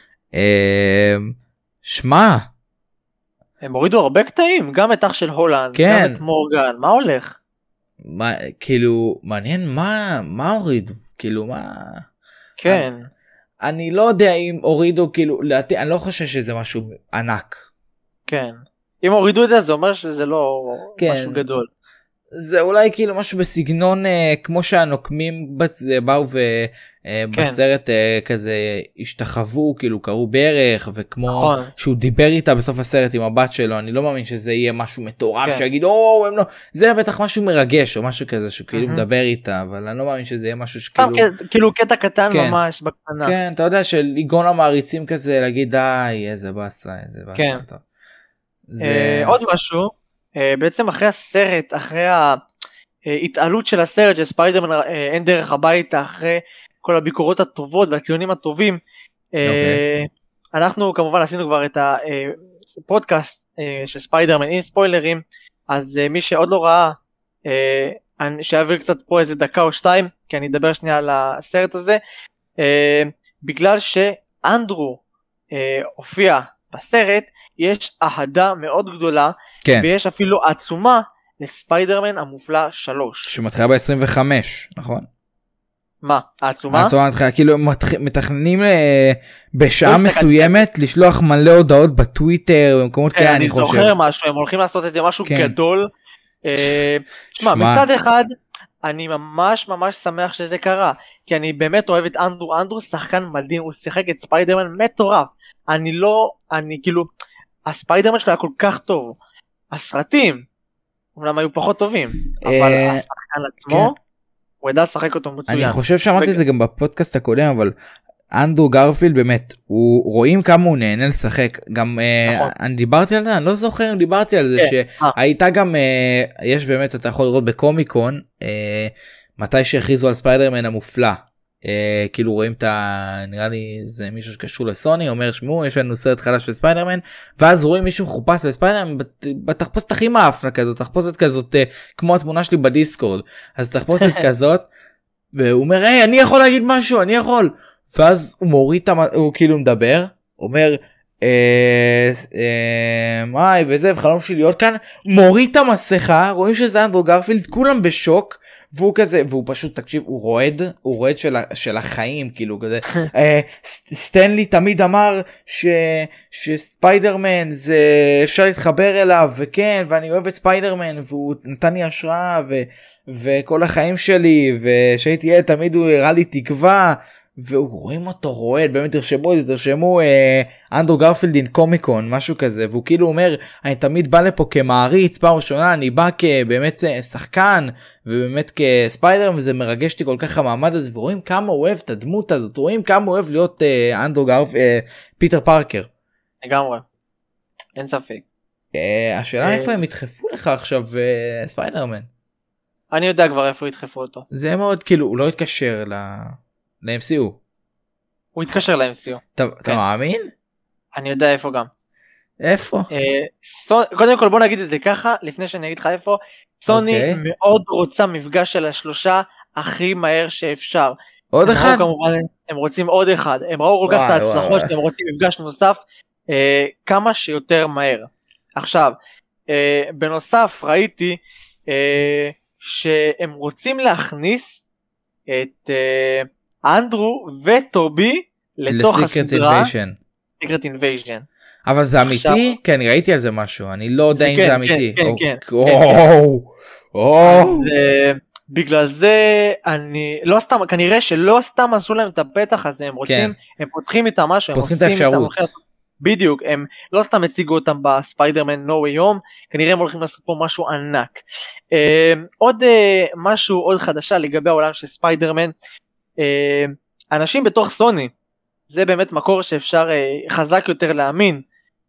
[SPEAKER 6] אה, שמה,
[SPEAKER 7] הם הורידו הרבה קטעים, גם את אח של הולנד,
[SPEAKER 6] כן.
[SPEAKER 7] גם את מורגן, מה הולך?
[SPEAKER 6] מה, כאילו, מעניין מה, מה הורידו, כאילו, מה...
[SPEAKER 7] כן.
[SPEAKER 6] אני לא יודע אם הורידו, כאילו, לדעתי, אני לא חושב שזה משהו ענק.
[SPEAKER 7] כן. אם הורידו את זה, זה אומר שזה לא
[SPEAKER 6] כן.
[SPEAKER 7] משהו גדול.
[SPEAKER 6] זה אולי כאילו משהו בסגנון אה, כמו שהנוקמים בס, באו ובסרט אה, כזה השתחוו, כאילו קראו ברך, וכמו
[SPEAKER 7] נכון.
[SPEAKER 6] שהוא דיבר איתה בסוף הסרט עם הבת שלו, אני לא מאמין שזה יהיה משהו מטורף
[SPEAKER 7] כן.
[SPEAKER 6] שיגיד או הם לא, זה בטח משהו מרגש או משהו כזה שהוא כאילו
[SPEAKER 7] מהמם.
[SPEAKER 6] מדבר איתה, אבל אני לא מאמין שזה יהיה משהו
[SPEAKER 7] סתם
[SPEAKER 6] שכאילו,
[SPEAKER 7] כ- כאילו קטע קטן
[SPEAKER 6] כן.
[SPEAKER 7] ממש בקטנה.
[SPEAKER 6] כן, אתה יודע של לגרום למעריצים כזה להגיד די איזה באסה, איזה באסה.
[SPEAKER 7] כן.
[SPEAKER 6] טוב. זה...
[SPEAKER 7] אה, עוד משהו, בעצם אחרי הסרט, אחרי ההתעלות של הסרט, שספיידרמן אין דרך הביתה, אחרי כל הביקורות הטובות והציונים הטובים, אנחנו כמובן עשינו כבר את הפודקאסט של ספיידרמן עם ספוילרים, אז מי שעוד לא ראה, שיעביר קצת פה איזה דקה או שתיים, כי אני אדבר שנייה על הסרט הזה, בגלל שאנדרו הופיע בסרט, יש אהדה מאוד גדולה,
[SPEAKER 6] כן.
[SPEAKER 7] ויש אפילו עצומה לספיידרמן המופלא שלוש.
[SPEAKER 6] שמתחילה ב-עשרים וחמש, נכון?
[SPEAKER 7] מה? העצומה?
[SPEAKER 6] העצומה מתחילה, כאילו מתכננים בשעה מסוימת לשלוח מלא הודעות בטוויטר, במקומות כאלה, אני חושב.
[SPEAKER 7] אני זוכר משהו, הם הולכים לעשות את זה משהו גדול. שמע, מצד אחד, אני ממש ממש שמח שזה קרה, כי אני באמת אוהב את אנדרו, אנדרו שחקן מדהים, הוא שיחק את ספיידרמן מטורף, אני לא, אני כאילו, הספיידרמן שלו היה כל כך טוב, הסרטים, אומנם היו פחות טובים, אבל השחקן עצמו, הוא ידע לשחק אותו מצוין.
[SPEAKER 6] אני חושב שאמרתי את זה גם בפודקאסט הקודם, אבל אנדרו גרפילד באמת, רואים כמה הוא נהנה לשחק, גם אני דיברתי על זה, אני לא זוכר אם דיברתי על זה, שהייתה גם, יש באמת, אתה יכול לראות בקומיקון, מתי שהכריזו על ספיידרמן המופלא, כאילו רואים את ה... נראה לי זה מישהו שקשור לסוני, אומר שמו, יש לנו סרט חדש של ספיידרמן, ואז רואים מישהו מחופש לספיידרמן, בתחפושת הכי מאפנה כזאת, תחפושת כזאת, כמו התמונה שלי בדיסקורד, אז תחפושת כזאת, והוא אומר, היי, אני יכול להגיד משהו, אני יכול, ואז הוא מוריד את המ... הוא כאילו מדבר, אומר, היי, וזה, וחלום שלי להיות כאן, מוריד את המסכה, רואים שזה אנדרו גרפילד, כולם בשוק, והוא כזה, והוא פשוט, תקשיב, הוא רועד, הוא רועד של, של החיים, כאילו, כזה, סטנלי תמיד אמר, ש, שספיידרמן, זה, אפשר להתחבר אליו, וכן, ואני אוהב את ספיידרמן, והוא נתן לי השראה, ו, וכל החיים שלי, ושהייתי ילד, תמיד הוא הראה לי תקווה, והוא רואים אותו רועד, באמת תרשמו את זה, תרשמו אה, אנדרו גרפילד אין קומיקון, משהו כזה, והוא כאילו אומר, אני תמיד בא לפה כמעריץ, פעם ראשונה, אני בא כבאמת שחקן, ובאמת כספיידר, וזה מרגש אותי כל כך המעמד הזה, ורואים כמה הוא אוהב את הדמות הזאת, רואים כמה הוא אוהב להיות אה, אנדרו גרפילד, אה, פיטר פארקר.
[SPEAKER 7] לגמרי, אין ספק.
[SPEAKER 6] אה, השאלה איפה הם ידחפו לך עכשיו אה, ספיידרמן?
[SPEAKER 7] אני יודע כבר איפה ידחפו אותו.
[SPEAKER 6] זה מאוד, כאילו, הוא לא יתקשר ל... ל-אם סי יו.
[SPEAKER 7] הוא התקשר ל-אם סי יו.
[SPEAKER 6] אתה מאמין?
[SPEAKER 7] אני יודע איפה גם.
[SPEAKER 6] איפה?
[SPEAKER 7] קודם כל בוא נגיד את זה ככה, לפני שאני אגיד לך איפה, סוני מאוד רוצה מפגש של השלושה הכי מהר שאפשר.
[SPEAKER 6] עוד אחד?
[SPEAKER 7] הם רוצים עוד אחד, הם ראו כל כך את ההצלחות שהם רוצים מפגש נוסף כמה שיותר מהר. עכשיו, בנוסף ראיתי שהם רוצים להכניס את אנדרו וטובי לתוך הסדרה Secret Invasion.
[SPEAKER 6] אבל זה אמיתי? כן, ראיתי על זה משהו, אני לא יודע אם זה אמיתי.
[SPEAKER 7] כן, כן, כן. בגלל זה אני לא סתם, כנראה שלא סתם עשו להם את הפתח הזה, הם רוצים, הם פותחים איתם משהו,
[SPEAKER 6] פותחים את האפשרות.
[SPEAKER 7] בדיוק, הם לא סתם הציגו אותם בספיידרמן No Way Home, כנראה הם הולכים לעשות פה משהו ענק. עוד משהו, עוד חדשה לגבי העולם של ספיידרמן, אנשים בתוך סוני, זה באמת מקור שאפשר חזק יותר להאמין,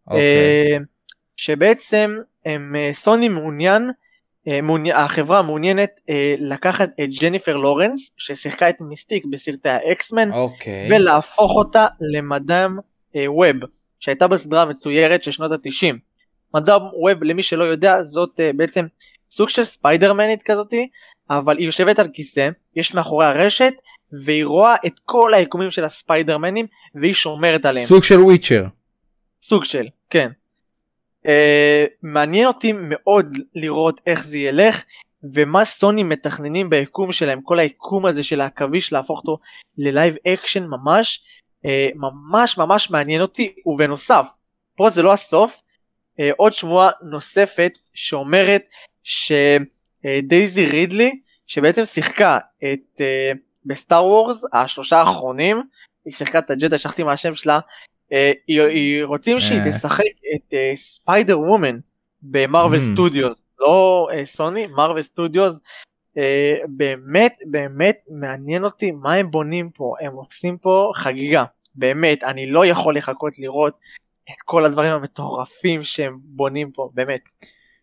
[SPEAKER 7] שבעצם סוני מעוניין, החברה מעוניינת לקחת את ג'ניפר לורנס, ששיחקה את מיסטיק בסרטי האקסמן, ולהפוך אותה למדאם ווב, שהייתה בסדרה המצוירת של שנות ה-תשעים. מדאם ווב, למי שלא יודע, זאת בעצם סוג של ספיידרמנית כזאתי, אבל היא יושבת על כיסא, יש מאחורי הרשת, והיא רואה את כל היקומים של הספיידרמנים, והיא שומרת עליהם.
[SPEAKER 6] סוג של וויצ'ר.
[SPEAKER 7] סוג של, כן. Uh, מעניין אותי מאוד לראות איך זה ילך, ומה סוני מתכננים ביקום שלהם, כל היקום הזה של העכביש, להפוך אותו ללייב אקשן ממש, uh, ממש ממש מעניין אותי, ובנוסף, פה זה לא הסוף, uh, עוד שמועה נוספת שאומרת שדייזי uh, רידלי, שבעצם שיחקה את... Uh, בסטאר וורס, השלושה האחרונים, היא שיחקה את הג'דה, שכחתי מהשם שלה, היא, היא רוצים שהיא תשחק את ספיידר וומן במרוול סטודיוס, לא סוני, מרוול סטודיוס, באמת באמת מעניין אותי מה הם בונים פה, הם עושים פה חגיגה, באמת, אני לא יכול לחכות לראות את כל הדברים המטורפים שהם בונים פה, באמת.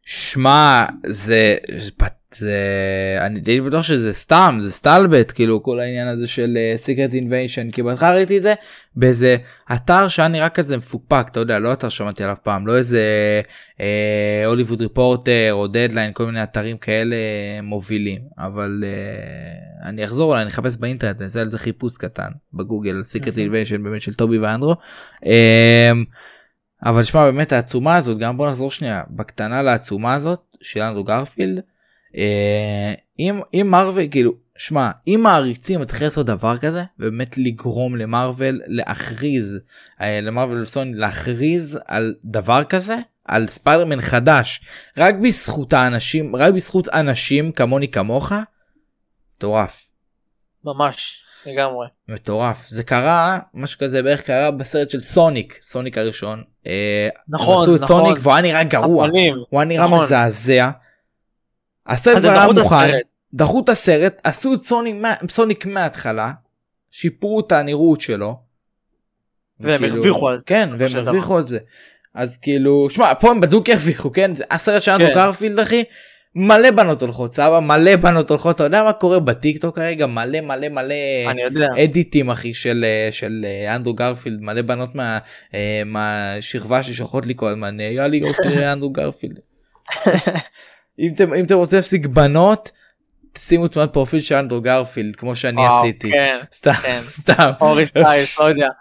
[SPEAKER 6] שמע, זה, זה, אני די בטוח שזה סתם, זה סטלבט, כאילו כל העניין הזה של Secret Invasion, כי בהתחלה ראיתי את זה באיזה אתר שהיה נראה כזה מפוקפק, אתה יודע, לא אתר שמעתי עליו פעם, לא איזה הוליווד ריפורטר או דדליין, כל מיני אתרים כאלה מובילים, אבל אה, אני אחזור אולי, אני אחפש באינטרנט, אני אעשה על זה חיפוש קטן בגוגל, Secret Invasion באמת של טובי ואנדרו, אה, אבל שמע, באמת העצומה הזאת, גם בוא נחזור שנייה, בקטנה לעצומה הזאת, של אנדרו גרפילד, אם, אם מרוול, כאילו, שמע, אם מעריצים, צריך לעשות דבר כזה, ובאמת לגרום למרוול להכריז, למרוול ולסוני להכריז על דבר כזה, על ספיידרמן חדש, רק בזכות האנשים, רק בזכות אנשים כמוני כמוך, מטורף.
[SPEAKER 7] ממש. לגמרי.
[SPEAKER 6] מטורף. זה קרה, משהו כזה בערך קרה בסרט של סוניק, סוניק הראשון.
[SPEAKER 7] נכון,
[SPEAKER 6] עשו את
[SPEAKER 7] נכון.
[SPEAKER 6] סוניק והוא היה נראה גרוע, הוא היה נראה מזעזע. הסרט כבר היה מוכן, דחו את הסרט, עשו את סוניק מההתחלה, שיפרו את הנראות שלו.
[SPEAKER 7] והם הרוויחו על זה.
[SPEAKER 6] כן, והם הרוויחו על זה. אז כאילו, שמע, פה הם בדוק הרוויחו, כן? הסרט של אנדרו גרפילד, אחי. מלא בנות הולכות, סבא, מלא בנות הולכות, אתה יודע מה קורה בטיקטוק כרגע, מלא מלא מלא אדיטים אחי של של אנדרו גרפילד, מלא בנות מה מהשכבה ששולחות לי כל הזמן, היה לי יותר אנדרו גרפילד. אם אתם אם אתם רוצים להפסיק בנות, שימו תמונת פרופיל של אנדרו גרפילד כמו שאני עשיתי, סתם סתם.
[SPEAKER 7] אורי סטייס, לא יודע.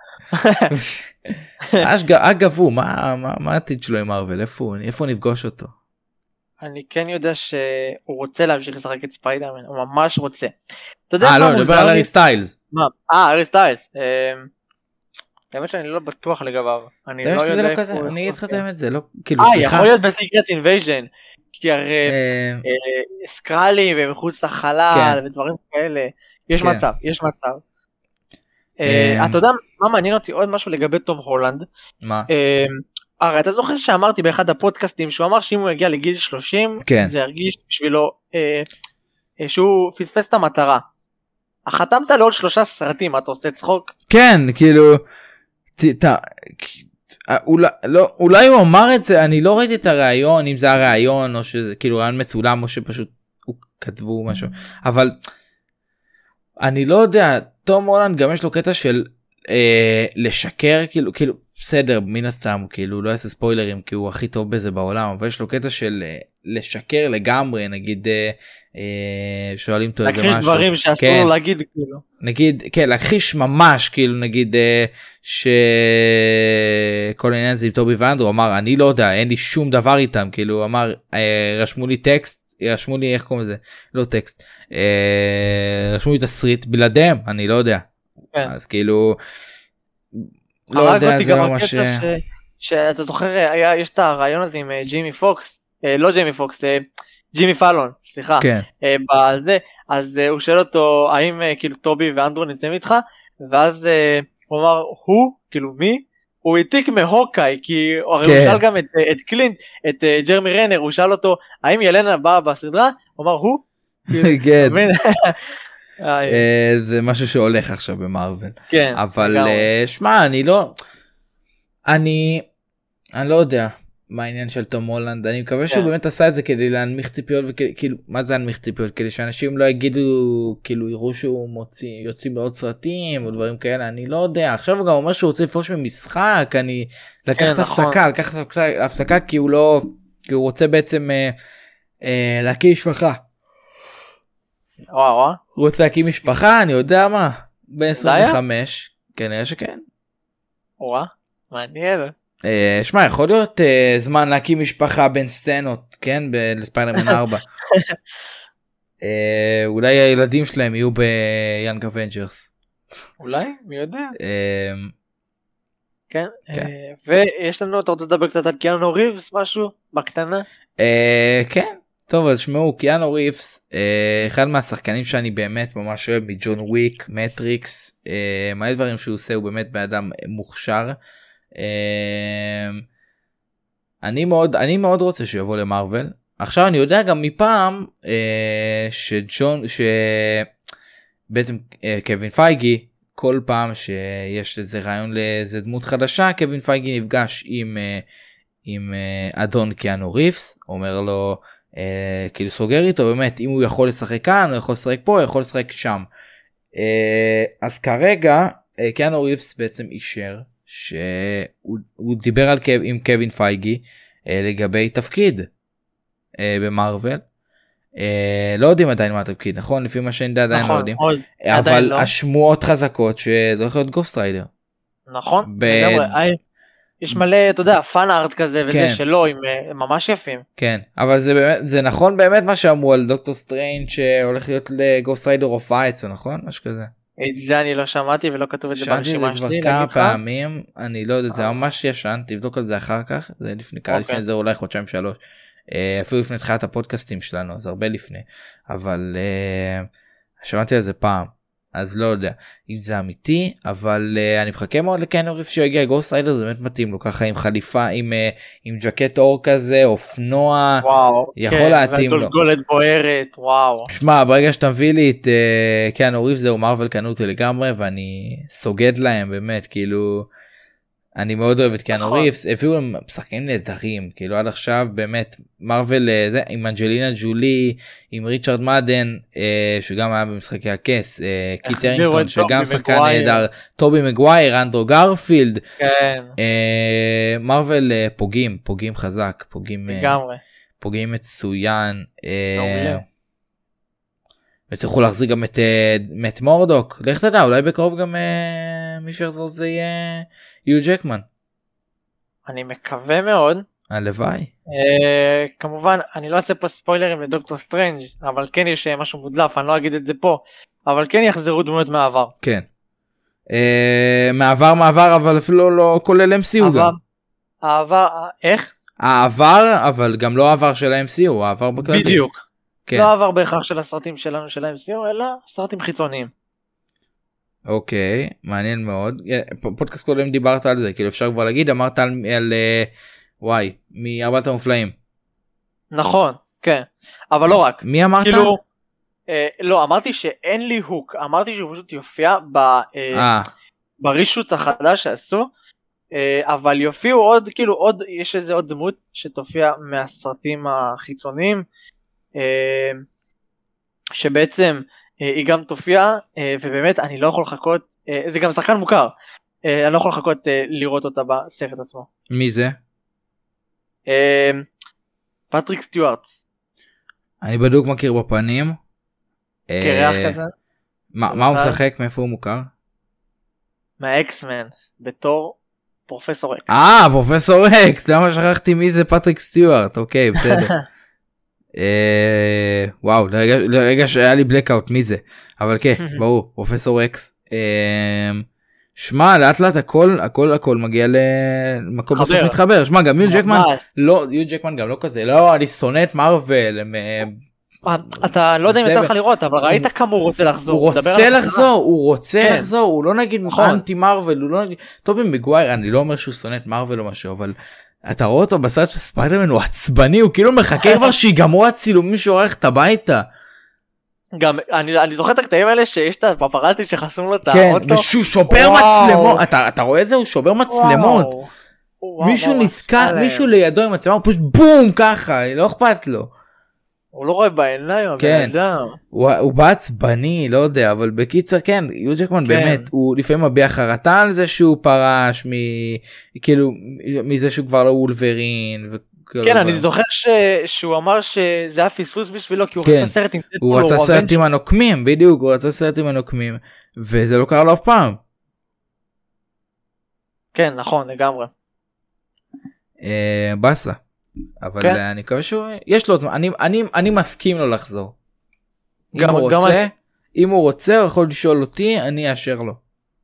[SPEAKER 6] אגב הוא, מה מה העתיד שלו עם מארוול, איפה איפה נפגוש אותו?
[SPEAKER 7] אני כן יודע שהוא רוצה להמשיך לשחק את ספיידרמן, הוא ממש רוצה.
[SPEAKER 6] אה לא, אני מדבר על הארי סטיילס.
[SPEAKER 7] מה? אה, הארי סטיילס. באמת שאני לא בטוח לגביו. אני לא יודע איפה הוא...
[SPEAKER 6] אני אגיד לך את האמת, זה לא... אה,
[SPEAKER 7] יכול להיות בסיקרט אינבייז'ן. כי הרי סקרלים ומחוץ לחלל ודברים כאלה. יש מצב, יש מצב. אתה יודע מה מעניין אותי עוד משהו לגבי תום הולנד?
[SPEAKER 6] מה?
[SPEAKER 7] הרי אתה זוכר שאמרתי באחד הפודקאסטים שהוא אמר שאם הוא יגיע לגיל שלושים
[SPEAKER 6] כן.
[SPEAKER 7] זה ירגיש בשבילו אה, אה, שהוא פספס את המטרה. חתמת לעוד שלושה סרטים, אתה עושה צחוק?
[SPEAKER 6] כן, כאילו ת, ת, אולי, לא, אולי הוא אמר את זה, אני לא ראיתי את הרעיון, אם זה הרעיון או שזה כאילו רעיון מצולם או שפשוט הוא כתבו משהו, אבל אני לא יודע, תום הולנד גם יש לו קטע של אה, לשקר, כאילו, כאילו בסדר, מן הסתם הוא כאילו לא יעשה ספוילרים כי הוא הכי טוב בזה בעולם, אבל יש לו קטע של אה, לשקר לגמרי, נגיד אה, אה, שואלים אותו איזה משהו,
[SPEAKER 7] להכחיש דברים שאסור
[SPEAKER 6] כן,
[SPEAKER 7] לו להגיד כאילו,
[SPEAKER 6] נגיד, כן, להכחיש ממש כאילו נגיד אה, שכל העניין הזה עם טובי ואנדרו, אמר אני לא יודע, אין לי שום דבר איתם, כאילו הוא אמר אה, רשמו לי טקסט, רשמו לי איך קוראים לזה, לא טקסט, אה, רשמו לי תסריט בלעדיהם, אני לא יודע, כן. אז כאילו לא יודע, זה ממש...
[SPEAKER 7] שאתה זוכר, היה, יש את הרעיון הזה עם ג'ימי פוקס, לא ג'ימי פוקס, ג'ימי פאלון, סליחה, בזה, אז הוא שואל אותו, האם כאילו טובי ואנדרו נמצאים איתך, ואז הוא אמר, הוא, כאילו מי? הוא העתיק מהוקאי, כי הרי הוא שאל גם את קלינט, את ג'רמי רנר, הוא שאל אותו, האם ילנה באה בסדרה? הוא אמר, הוא?
[SPEAKER 6] כן. זה משהו שהולך עכשיו במארוול,
[SPEAKER 7] כן,
[SPEAKER 6] אבל שמע, אני לא אני אני לא יודע מה העניין של תום הולנד, אני מקווה שהוא באמת עשה את זה כדי להנמיך ציפיות, וכאילו מה זה להנמיך ציפיות, כדי שאנשים לא יגידו, כאילו יראו שהוא מוציא יוצאים לעוד סרטים או דברים כאלה, אני לא יודע. עכשיו הוא גם אומר שהוא רוצה לפרוש ממשחק, אני לקחת הפסקה, לקחת הפסקה כי הוא לא, כי הוא רוצה בעצם להקים משפחה.
[SPEAKER 7] וואו וואו.
[SPEAKER 6] הוא רוצה להקים משפחה, אני יודע מה, בין עשרים וחמש, כנראה שכן.
[SPEAKER 7] וואו, מעניין.
[SPEAKER 6] שמע, יכול להיות זמן להקים משפחה בין סצנות, כן, לספיידרמן ארבע. אולי הילדים שלהם יהיו ביאנג אבנג'רס.
[SPEAKER 7] אולי, מי יודע. כן, ויש לנו, אתה רוצה לדבר קצת על קיאנו ריבס, משהו, בקטנה?
[SPEAKER 6] כן. טוב, אז שמעו, קיאנו ריבס, אה, אחד מהשחקנים שאני באמת ממש אוהב, מג'ון וויק, מטריקס, אה, מלא דברים שהוא עושה, הוא באמת באדם מוכשר. אה, אני מאוד, אני מאוד רוצה שיבוא למארוול. עכשיו אני יודע גם מפעם, אה, שג'ון, שבעצם אה, קווין פייגי, כל פעם שיש איזה רעיון לאיזה דמות חדשה, קווין פייגי נפגש עם... אה, עם אה, אדון קיאנו ריבס, אומר לו, אה, כאילו סוגר איתו באמת, אם הוא יכול לשחק כאן, הוא יכול לשחק פה, הוא יכול לשחק שם. אה, אז כרגע, אה, קיאנו ריבס בעצם אישר, שהוא הוא דיבר על, עם קווין פייגי, אה, לגבי תפקיד אה, במרוול. אה, לא יודעים עדיין מה התפקיד, נכון? לפי מה שאני יודע עדיין
[SPEAKER 7] נכון,
[SPEAKER 6] לא יודעים.
[SPEAKER 7] עוד,
[SPEAKER 6] אבל
[SPEAKER 7] לא.
[SPEAKER 6] השמועות חזקות שזה הולך להיות גוסט ריידר.
[SPEAKER 7] נכון,
[SPEAKER 6] ב...
[SPEAKER 7] לגמרי, איי, יש מלא, אתה יודע, פן ארט כזה וזה
[SPEAKER 6] כן.
[SPEAKER 7] שלו, עם, הם ממש יפים.
[SPEAKER 6] כן, אבל זה באמת, זה נכון באמת מה שאמרו על דוקטור סטריינג' שהולך להיות לגוסט ריידר אוף אייטס, נכון? משהו כזה.
[SPEAKER 7] את זה אני לא שמעתי ולא כתוב את זה
[SPEAKER 6] שמעתי זה
[SPEAKER 7] ברשימה
[SPEAKER 6] כבר
[SPEAKER 7] שלי,
[SPEAKER 6] כמה
[SPEAKER 7] להגיד לך.
[SPEAKER 6] פעמים, אני לא יודע, זה ממש ישן, תבדוק על זה אחר כך, זה לפני,
[SPEAKER 7] אוקיי.
[SPEAKER 6] לפני זה אולי חודשיים שלוש, אפילו לפני תחילת הפודקאסטים שלנו, אז הרבה לפני, אבל שמעתי על זה פעם, אז לא יודע אם זה אמיתי, אבל אני מחכה מאוד לקיאנו ריבס שיגיע, גוסט ריידר זה באמת מתאים לו, ככה עם חליפה, עם, עם ג'קט אור כזה, אופנוע,
[SPEAKER 7] וואו,
[SPEAKER 6] יכול
[SPEAKER 7] כן,
[SPEAKER 6] להתאים לו.
[SPEAKER 7] והגולגולת בוערת, וואו.
[SPEAKER 6] שמע, ברגע שאתה מביא לי את uh, קיאנו ריבס, זהו מרוול קנו אותי לגמרי, ואני סוגד להם באמת, כאילו, אני מאוד אוהב את קיאנו
[SPEAKER 7] נכון.
[SPEAKER 6] ריבס, הביאו להם שחקנים נהדרים, כאילו עד עכשיו באמת, מרוול זה, עם אנג'לינה ג'ולי, עם ריצ'רד מדן, uh, שגם היה במשחקי הכס, uh, קיט הרינגטון, שגם שחקן נהדר, טובי מגווייר, אנדרו גרפילד,
[SPEAKER 7] כן.
[SPEAKER 6] uh, מרוול uh, פוגעים, פוגעים חזק, פוגעים... Uh,
[SPEAKER 7] לגמרי.
[SPEAKER 6] פוגעים מצוין.
[SPEAKER 7] מעולה.
[SPEAKER 6] וצריכו להחזיר גם את מת מורדוק. לך תדע, אולי בקרוב גם מי שיחזור זה יהיה יו ג'קמן.
[SPEAKER 7] אני מקווה מאוד.
[SPEAKER 6] הלוואי.
[SPEAKER 7] כמובן, אני לא אעשה פה ספוילרים לדוקטור סטרנג', אבל כן יש משהו מודלף, אני לא אגיד את זה פה, אבל כן יחזרו דמויות מהעבר.
[SPEAKER 6] כן. מעבר מעבר, אבל אפילו לא כולל אם סי יו גם.
[SPEAKER 7] העבר, איך?
[SPEAKER 6] העבר, אבל גם לא העבר של ה-אם סי יו, העבר בכללי.
[SPEAKER 7] בדיוק.
[SPEAKER 6] כן.
[SPEAKER 7] לא העבר בהכרח של הסרטים שלנו של ה-אם סי יו, אלא סרטים חיצוניים.
[SPEAKER 6] אוקיי, מעניין מאוד. פודקאסט קודם דיברת על זה, כאילו אפשר כבר להגיד, אמרת על, על וואי, מארבעת המופלאים.
[SPEAKER 7] נכון, כן. אבל לא רק.
[SPEAKER 6] מי אמרת?
[SPEAKER 7] כאילו, אה, לא, אמרתי שאין לי הוק, אמרתי שהוא פשוט יופיע ב, אה, ברישוץ החדש שעשו, אבל יופיעו עוד, כאילו עוד, יש איזה עוד דמות שתופיע מהסרטים החיצוניים, שבעצם היא גם תופיע, ובאמת אני לא יכול לחכות, זה גם שחקן מוכר, אני לא יכול לחכות לראות אותה בסרט עצמו.
[SPEAKER 6] מי זה?
[SPEAKER 7] פטריק סטיוארט.
[SPEAKER 6] אני בדיוק מכיר בפנים.
[SPEAKER 7] קרח כזה.
[SPEAKER 6] מה הוא משחק? מאיפה הוא מוכר?
[SPEAKER 7] מהאקסמן, בתור פרופסור אקס.
[SPEAKER 6] אה, פרופסור אקס, למה שכחתי מי זה פטריק סטיוארט, אוקיי, בסדר. וואו, לרגע שהיה לי בלקאוט מי זה, אבל כן, ברור, פרופסור אקס. שמע, לאט לאט הכל, הכל, הכל מגיע למקום בסוף מתחבר. שמע, גם יו ג'קמן, לא, יו ג'קמן גם לא כזה, לא, אני שונא את מרוול, הם...
[SPEAKER 7] אתה לא יודע אם יצא לך לראות, אבל ראית כמה הוא רוצה לחזור.
[SPEAKER 6] הוא רוצה לחזור, הוא רוצה לחזור, הוא לא נגיד אנטי מרוול, הוא לא נגיד, טובי מגווייר, אני לא אומר שהוא שונא את מרוול או משהו, אבל אתה רואה אותו בסרט של ספיידרמן, הוא עצבני, הוא כאילו מחכה כבר שיגמרו הצילומים שהוא עורך את הביתה.
[SPEAKER 7] גם, אני זוכר את הקטעים האלה שיש את הפפרטי שחסום לו את האוטו.
[SPEAKER 6] כן, ושהוא שובר מצלמות, אתה רואה את זה? הוא שובר מצלמות. מישהו נתקע, מישהו לידו עם מצלמה, הוא פשוט בום ככה, לא אכפת לו.
[SPEAKER 7] הוא לא רואה בעיניים,
[SPEAKER 6] כן, הוא, הוא בעצבני, לא יודע, אבל בקיצר כן, יו ג'קמן כן. באמת, הוא לפעמים מביע חרטה על זה שהוא פרש, מ, כאילו, מזה שהוא כבר לא וולברין. ו...
[SPEAKER 7] כן, אני זוכר ש... שהוא אמר שזה היה פספוס בשבילו, כי הוא
[SPEAKER 6] כן.
[SPEAKER 7] רצה סרט עם דדפול.
[SPEAKER 6] הוא רצה סרט עם הנוקמים, בדיוק, הוא רצה סרט עם הנוקמים, וזה לא קרה לו אף פעם.
[SPEAKER 7] כן, נכון, לגמרי.
[SPEAKER 6] אה, בסה. אבל כן. אני מקווה שהוא יש לו, אני אני אני מסכים לו לחזור. גם, אם הוא גם רוצה, אני... אם הוא רוצה הוא יכול לשאול אותי, אני אאשר לו.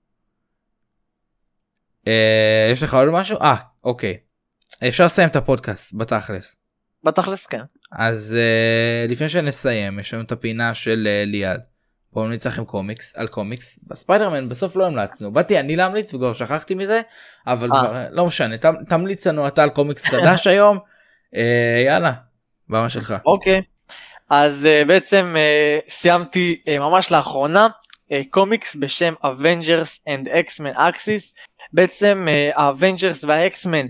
[SPEAKER 6] אה, יש לך עוד משהו? אה, אוקיי. אפשר לסיים את הפודקאסט בתכלס.
[SPEAKER 7] בתכלס כן.
[SPEAKER 6] אז אה, לפני שנסיים, יש לנו את הפינה של אה, ליעד. בואו נמליץ לכם קומיקס, על קומיקס. בספיידרמן בסוף לא המלצנו. באתי אני להמליץ וכבר שכחתי מזה, אבל כבר, לא משנה. ת, תמליץ לנו אתה על קומיקס חדש היום. Uh, יאללה, במה שלך.
[SPEAKER 7] אוקיי, okay. אז uh, בעצם uh, סיימתי uh, ממש לאחרונה uh, קומיקס בשם Avengers and X-Men Axis. בעצם uh, ה-Avengers וה-X-Men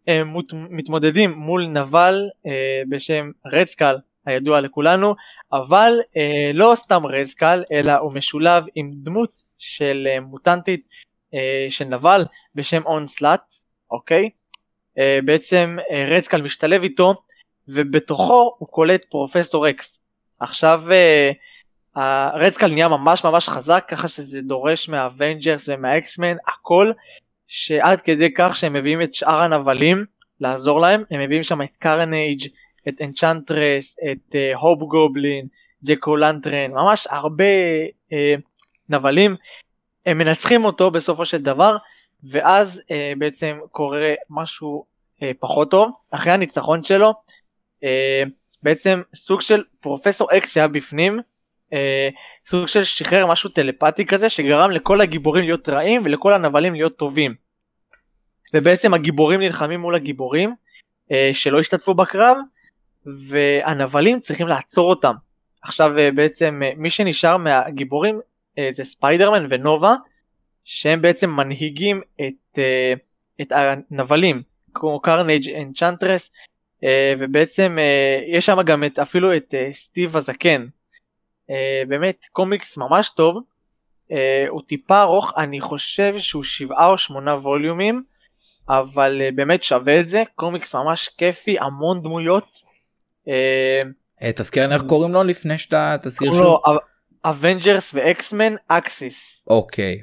[SPEAKER 7] הם מות, מתמודדים מול נבל אה, בשם רדסקל, הידוע לכולנו, אבל אה, לא סתם רדסקל, אלא הוא משולב עם דמות של אה, מוטנטית אה, של נבל בשם אונסלאט, אוקיי? אה, בעצם אה, רדסקל משתלב איתו, ובתוכו הוא קולט פרופסור אקס. עכשיו אה, הרדסקל נהיה ממש ממש חזק, ככה שזה דורש מהאבנג'רס ומהאקסמן הכל, שעד כדי כך שהם מביאים את שאר הנבלים לעזור להם, הם מביאים שם את קרנייג', את אנצ'נטרס, את uh, הופ גובלין, ג'קו לנטרן, ממש הרבה uh, נבלים, הם מנצחים אותו בסופו של דבר, ואז uh, בעצם קורה משהו uh, פחות טוב, אחרי הניצחון שלו, uh, בעצם סוג של פרופסור אקס שהיה בפנים, uh, סוג של שחרר משהו טלפתי כזה, שגרם לכל הגיבורים להיות רעים, ולכל הנבלים להיות טובים, ובעצם הגיבורים נלחמים מול הגיבורים, uh, שלא השתתפו בקרב, והנבלים צריכים לעצור אותם. עכשיו בעצם מי שנשאר מהגיבורים זה ספיידרמן ונובה, שהם בעצם מנהיגים את, את הנבלים, כמו קרנייג' אנצ'נטרס, ובעצם יש שם גם את, אפילו את סטיב הזקן. באמת קומיקס ממש טוב, הוא טיפה ארוך, אני חושב שהוא שבעה או שמונה ווליומים, אבל באמת שווה את זה, קומיקס ממש כיפי, המון דמויות,
[SPEAKER 6] תזכיר איך קוראים לו לפני שאתה תזכיר
[SPEAKER 7] שוב? קוראים לו אבנג'רס ואקסמן אקסיס.
[SPEAKER 6] אוקיי.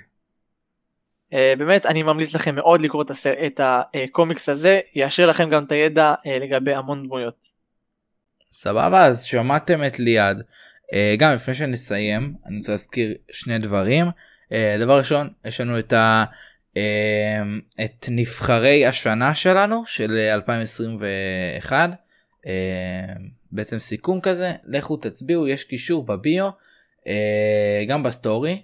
[SPEAKER 7] באמת אני ממליץ לכם מאוד לקרוא את הקומיקס הזה, יאשר לכם גם את הידע לגבי המון דמויות.
[SPEAKER 6] סבבה, אז שמעתם את ליעד. גם לפני שנסיים אני רוצה להזכיר שני דברים. דבר ראשון, יש לנו את ה... את נבחרי השנה שלנו של אלפיים עשרים ואחת, בעצם סיכום כזה, לכו תצביעו, יש קישור בביו, גם בסטורי,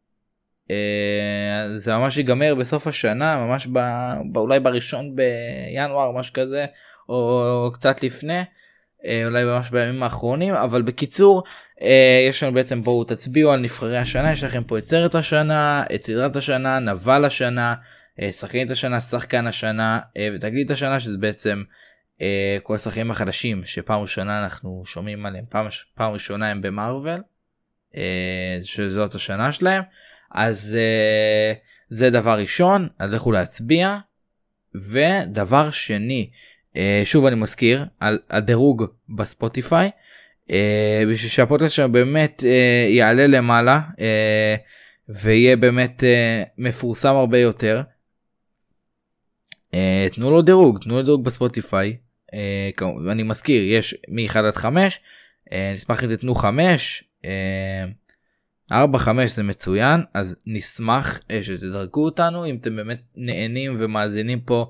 [SPEAKER 6] זה ממש ייגמר בסוף השנה, ממש אולי בראשון בינואר, משהו כזה, או קצת לפני, אולי ממש בימים האחרונים, אבל בקיצור, יש לנו בעצם, בואו תצביעו על נבחרי השנה, יש לכם פה את סרט השנה, את סדרת השנה, נבל השנה, שחקנית השנה, שחקן השנה, ותגלית השנה, שזה בעצם כל השחקנים החדשים שפעם ראשונה אנחנו שומעים עליהם, פעם, פעם ראשונה הם במרוול, שזאת השנה שלהם, אז זה דבר ראשון, אז לכו להצביע. ודבר שני, שוב אני מזכיר על הדירוג בספוטיפיי, בשביל שהפודקאסט שלנו באמת יעלה למעלה ויהיה באמת מפורסם הרבה יותר, תנו לו דירוג, תנו לו דירוג בספוטיפיי. אני מזכיר, יש מ-אחד עד חמש, נשמח אם תתנו חמש, ארבע חמש זה מצוין, אז נשמח שתדרגו אותנו אם אתם באמת נהנים ומאזינים פה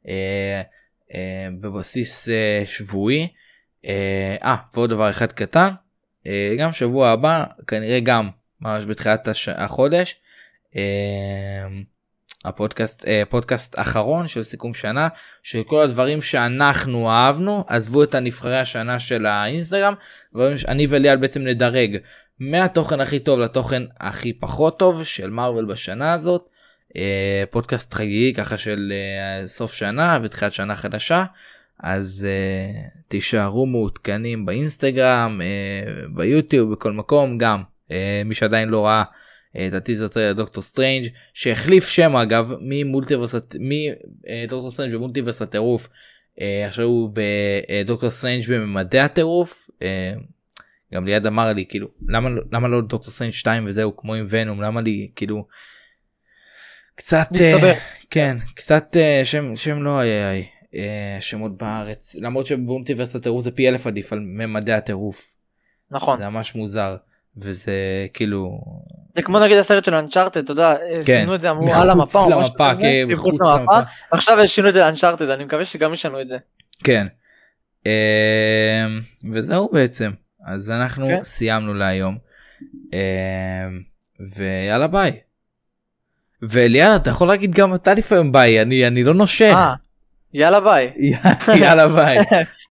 [SPEAKER 6] בבסיס שבועי. אה, ועוד דבר אחד קטן, גם שבוע הבא, כנראה גם ממש בתחילת החודש, הפודקאסט, פודקאסט אחרון של סיכום שנה, של כל הדברים שאנחנו אהבנו, עזבו את הנבחרי השנה של האינסטגרם, ואני וליאל בעצם נדרג מהתוכן הכי טוב לתוכן הכי פחות טוב של מרוול בשנה הזאת, פודקאסט חגיגי ככה של סוף שנה ותחילת שנה חדשה, אז תישארו מעודכנים באינסטגרם, ביוטיוב, בכל מקום, גם מי שעדיין לא ראה את הטיזר טריילר דוקטור סטרנג' שהחליף שם אגב ממולטיברס, מדוקטור סטרנג' במולטיברס הטירוף, עכשיו הוא בדוקטור סטרנג' בממדי הטירוף. גם ליד אמר לי כאילו למה למה לא דוקטור סטרנג' שתיים וזהו כמו עם ונום, למה לי כאילו קצת כן קצת שם שם לא היה שמות בארץ, למרות שבמולטיברס הטירוף זה פי אלף עדיף על ממדי הטירוף. נכון, זה ממש מוזר, וזה כאילו
[SPEAKER 7] זה כמו נגיד הסרט של אנצ'ארטד, אתה יודע, שינו את זה אמרו על המפה,
[SPEAKER 6] מחוץ למפה, כן, מחוץ למפה,
[SPEAKER 7] עכשיו שינו את זה לאנצ'ארטד, אני מקווה שגם ישנו את זה.
[SPEAKER 6] כן, וזהו בעצם, אז אנחנו סיימנו להיום, ויאללה ביי. וליאללה, אתה יכול להגיד גם אתה לפעמים ביי, אני לא נושך.
[SPEAKER 7] יאללה ביי.
[SPEAKER 6] יאללה ביי.